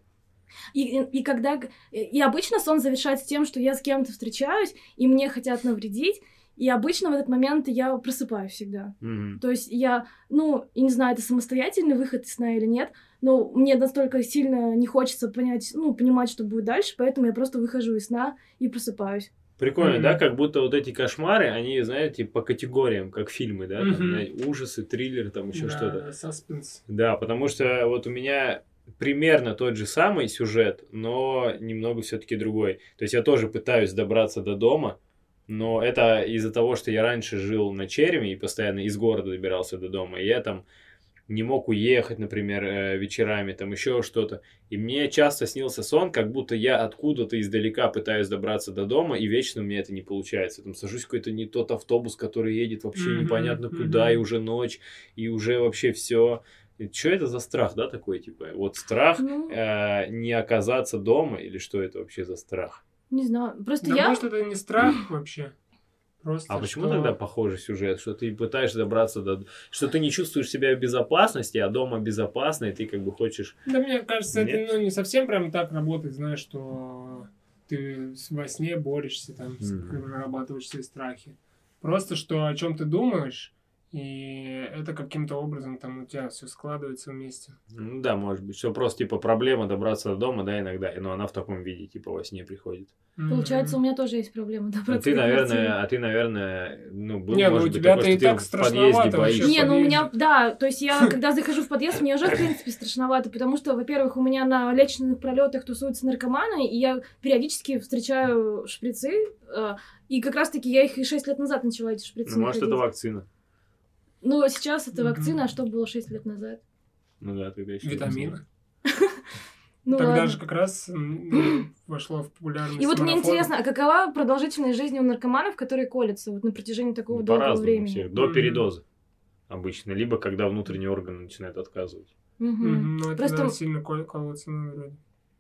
И, и, и когда... И обычно сон завершается тем, что я с кем-то встречаюсь, и мне хотят навредить, и обычно в этот момент я просыпаюсь всегда.
Мгм.
То есть я, ну, я не знаю, это самостоятельный выход из сна или нет, но мне настолько сильно не хочется понять, ну, понимать, что будет дальше, поэтому я просто выхожу из сна и просыпаюсь.
Прикольно,
Мгм.
да? Как будто вот эти кошмары, они, знаете, по категориям, как фильмы, да? Там,
Мгм.
знаете, ужасы, триллер, там еще
Да,
что-то.
саспенс.
Да, потому что вот у меня примерно тот же самый сюжет, но немного все-таки другой. То есть я тоже пытаюсь добраться до дома, но это из-за того, что я раньше жил на Череме и постоянно из города добирался до дома, и я там не мог уехать, например, э, вечерами, там еще что-то. И мне часто снился сон, как будто я откуда-то издалека пытаюсь добраться до дома, и вечно у меня это не получается. Там сажусь в какой-то не тот автобус, который едет вообще
Мгм,
непонятно
мгм.
куда, и уже ночь, и уже вообще все. Что это за страх, да, такой, типа? Вот страх
Ну,
э, не оказаться дома, или что это вообще за страх?
не знаю, просто
Да
я...
может это не страх вообще. Просто
А почему
что-
тогда похожий сюжет? Что ты пытаешься добраться до... Что ты не чувствуешь себя в безопасности, а дома безопасно, и ты как бы хочешь...
Да мне кажется,
Нет?
это ну, не совсем прям так работает, знаешь, что ты с- во сне борешься, там, с-
Мгм.
прорабатываешь свои страхи. Просто что о чем ты думаешь, и это каким-то образом там у тебя все складывается вместе.
Ну да, может быть. Что просто, типа, проблема добраться до дома, да, иногда. Но она в таком виде, типа, во сне приходит.
Получается, у
Мгм.
меня тоже есть проблема
А
добраться
ты,
до квартиры.
наверное, а ты, наверное, ну, был,
Не, ну,
может
у
быть,
тебя-то
такое,
и
что ты
так
в
страшновато
подъезде
вообще.
боишься.
Не, ну у
подъезде.
меня, да, то есть я, когда захожу в подъезд, мне уже, в принципе, страшновато, потому что, во-первых, у меня на лестничных пролетах тусуются наркоманы, и я периодически встречаю шприцы, э, и как раз-таки я их и шесть лет назад начала, эти шприцы
Ну, может, это
находить.
вакцина.
Ну, а сейчас это
Мгм.
вакцина, а что было шесть лет назад?
Ну да, тогда еще...
Витамины.
Ну,
Тогда
ладно.
же как раз м, вошло в популярность
И вот мне
марафона.
интересно, а какова продолжительность жизни у наркоманов, которые колятся вот на протяжении такого
Ну,
долгого
по-разному
времени?
всех. До
Мгм.
передоза обычно. Либо когда внутренние органы начинают отказывать.
Мгм.
Мгм, ну, это
Просто-
да, сильно кол- колоться надо вроде.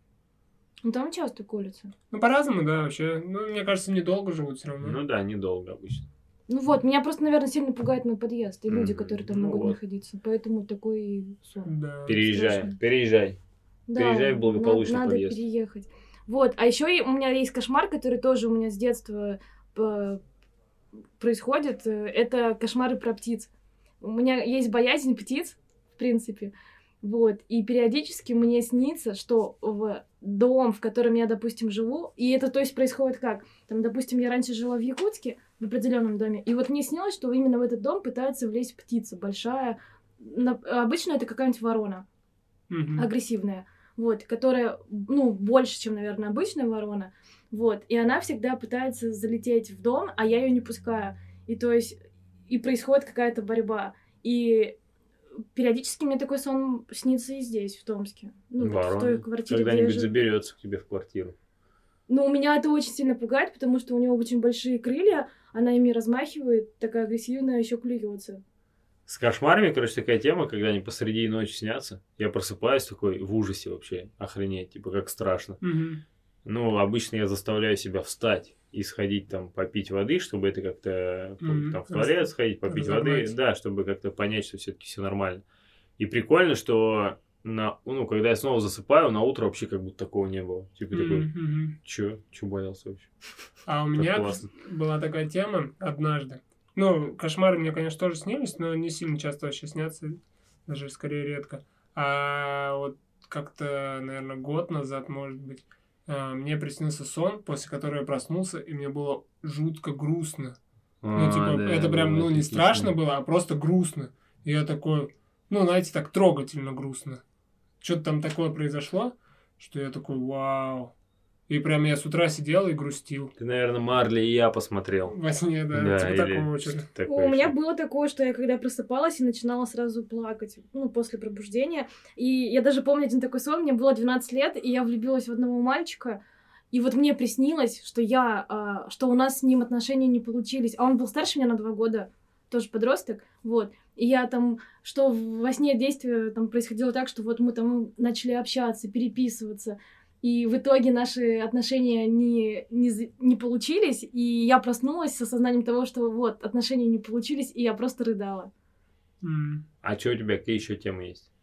Ну, там часто колются.
Ну, по-разному, да, вообще. Ну, мне кажется, недолго живут все равно.
Ну да, недолго обычно.
Ну вот, меня просто, наверное, сильно пугает мой подъезд и люди,
Мгм.
которые там
Ну
могут
вот.
находиться. Поэтому такой сон.
Да.
Переезжай,
страшно.
переезжай. Переезжай в благополучный
надо
подъезд.
переехать. Вот, а еще у меня есть кошмар, который тоже у меня с детства э, происходит. э, Это кошмары про птиц. У меня есть боязнь птиц, в принципе. Вот, и периодически мне снится, что в дом, в котором я, допустим, живу, и это, то есть, происходит как? Там, допустим, я раньше жила в Якутске, в определенном доме, и вот мне снилось, что именно в этот дом пытается влезть птица большая. На- Обычно это какая-нибудь ворона.
Мгм.
агрессивная, вот, которая, ну, больше, чем, наверное, обычная ворона, вот, и она всегда пытается залететь в дом, а я ее не пускаю, и то есть, и происходит какая-то борьба, и периодически мне такой сон снится и здесь, в Томске, ну, вот в той
Ворона
квартире, где я
когда-нибудь
живу.
заберется к тебе в квартиру.
Ну, меня это очень сильно пугает, потому что у нее очень большие крылья, она ими размахивает, такая агрессивная, еще клюется.
С кошмарами, короче, такая тема, когда они посреди ночи снятся. Я просыпаюсь такой в ужасе вообще. Охренеть, типа, как страшно.
Мгм.
Ну, обычно я заставляю себя встать и сходить там попить воды, чтобы это как-то
Мгм.
там в туалет сходить, попить воды,
Разогнать.
да, чтобы как-то понять, что все-таки все нормально. И прикольно, что на, ну, когда я снова засыпаю, на утро вообще как будто такого не было. Типа такой,
Мгм, мгм.
чё, чё боялся вообще?
А у
Как
меня
классно.
была такая тема однажды. Ну, кошмары мне, конечно, тоже снились, но не сильно часто вообще снятся, даже скорее редко. А вот как-то, наверное, год назад, может быть, а, мне приснился сон, после которого я проснулся, и мне было жутко грустно. Ну,
А,
типа,
да,
это прям, ну,
бывает
не
такие
страшно
сны.
было, а просто грустно. И я такой, ну, знаете, так трогательно грустно. Что-то там такое произошло, что я такой, вау. И прям я с утра сидел и грустил.
Ты, наверное, Марли и я посмотрел.
Во сне, да,
Да,
типа
или
такого
что-то
что-то.
такое.
У меня
ещё.
было такое, что я когда просыпалась и начинала сразу плакать, ну, после пробуждения. И я даже помню один такой сон, мне было двенадцать лет, и я влюбилась в одного мальчика. И вот мне приснилось, что я, а, что у нас с ним отношения не получились. А он был старше меня на два года, тоже подросток, вот. И я там, что во сне действие там происходило так, что вот мы там начали общаться, переписываться. И в итоге наши отношения не, не, за- не получились, и я проснулась с осознанием того, что вот, отношения не получились, и я просто рыдала.
М.
А что у тебя, какие еще темы есть?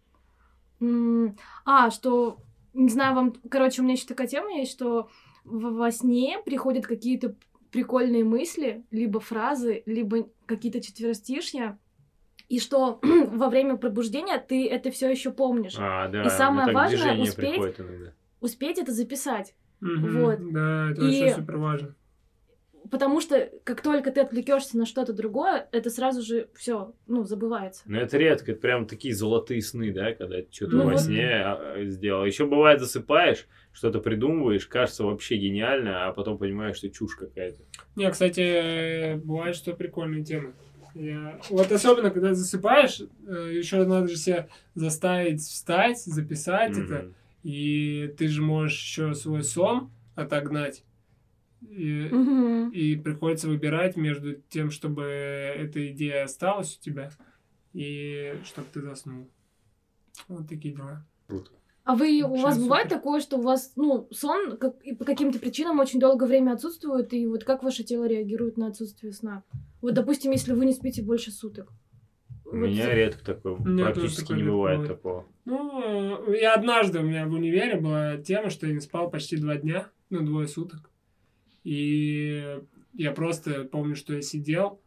М, А, что, не знаю, вам, короче, у меня еще такая тема есть, что в- во сне приходят какие-то прикольные мысли, либо фразы, либо какие-то четверостишья, и что во время пробуждения ты это все еще помнишь.
А, да,
И самое
мне так
важное
движение
успеть-
приходит иногда.
Успеть это записать.
Мгм.
Вот.
Да, это
И-
вообще супер важно.
Потому что как только ты отвлекешься на что-то другое, это сразу же все, ну, забывается.
Но это редко, это прям такие золотые сны, да, когда ты что-то
Ну
во
вот.
сне а, а, сделал. Еще бывает, засыпаешь, что-то придумываешь, кажется вообще гениально, а потом понимаешь, что чушь какая-то.
Не, кстати, э, бывает, что прикольные темы. Я... Вот особенно, когда засыпаешь, еще надо же себя заставить встать, записать это.
Мгм.
И ты же можешь еще свой сон отогнать. И,
Мгм.
и приходится выбирать между тем, чтобы эта идея осталась у тебя, и чтобы ты заснул. Вот такие дела.
Круто.
А вы, у
Вообще
вас бывает
супер.
такое, что у вас, ну, сон как, и по каким-то причинам очень долгое время отсутствует, и вот как ваше тело реагирует на отсутствие сна? Вот, допустим, если вы не спите больше суток.
У
Вот
меня
за-
редко такое,
У меня тоже
практически
такое
не
редко
бывает
бывает.
такого.
Ну, я однажды, у меня в универе была тема, что я не спал почти два дня, ну, двое суток. И я просто помню, что я сидел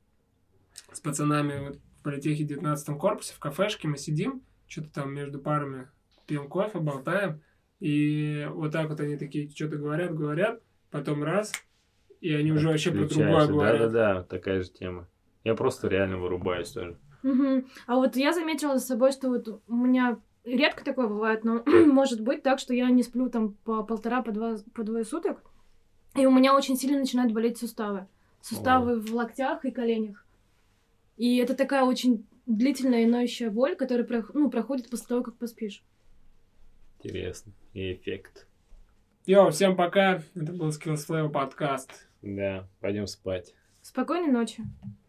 с пацанами вот в политехе в девятнадцатом корпусе, в кафешке мы сидим, что-то там между парами пьем кофе, болтаем. И вот так вот они такие что-то говорят, говорят, потом раз, и они уже вообще про другое
Включаешься.
говорят.
Да-да-да, такая же тема. Я просто реально вырубаюсь тоже.
Мгм. А вот я заметила за собой, что вот у меня редко такое бывает, но может быть так, что я не сплю там по полтора, по два, по двое суток, и у меня очень сильно начинают болеть суставы. Суставы в локтях и коленях. И это такая очень длительная и ноющая боль, которая прох- ну, проходит после того, как поспишь.
Интересно. И эффект.
Йоу, всем пока. Это был Skills Flavor подкаст.
Да, пойдем спать.
Спокойной ночи.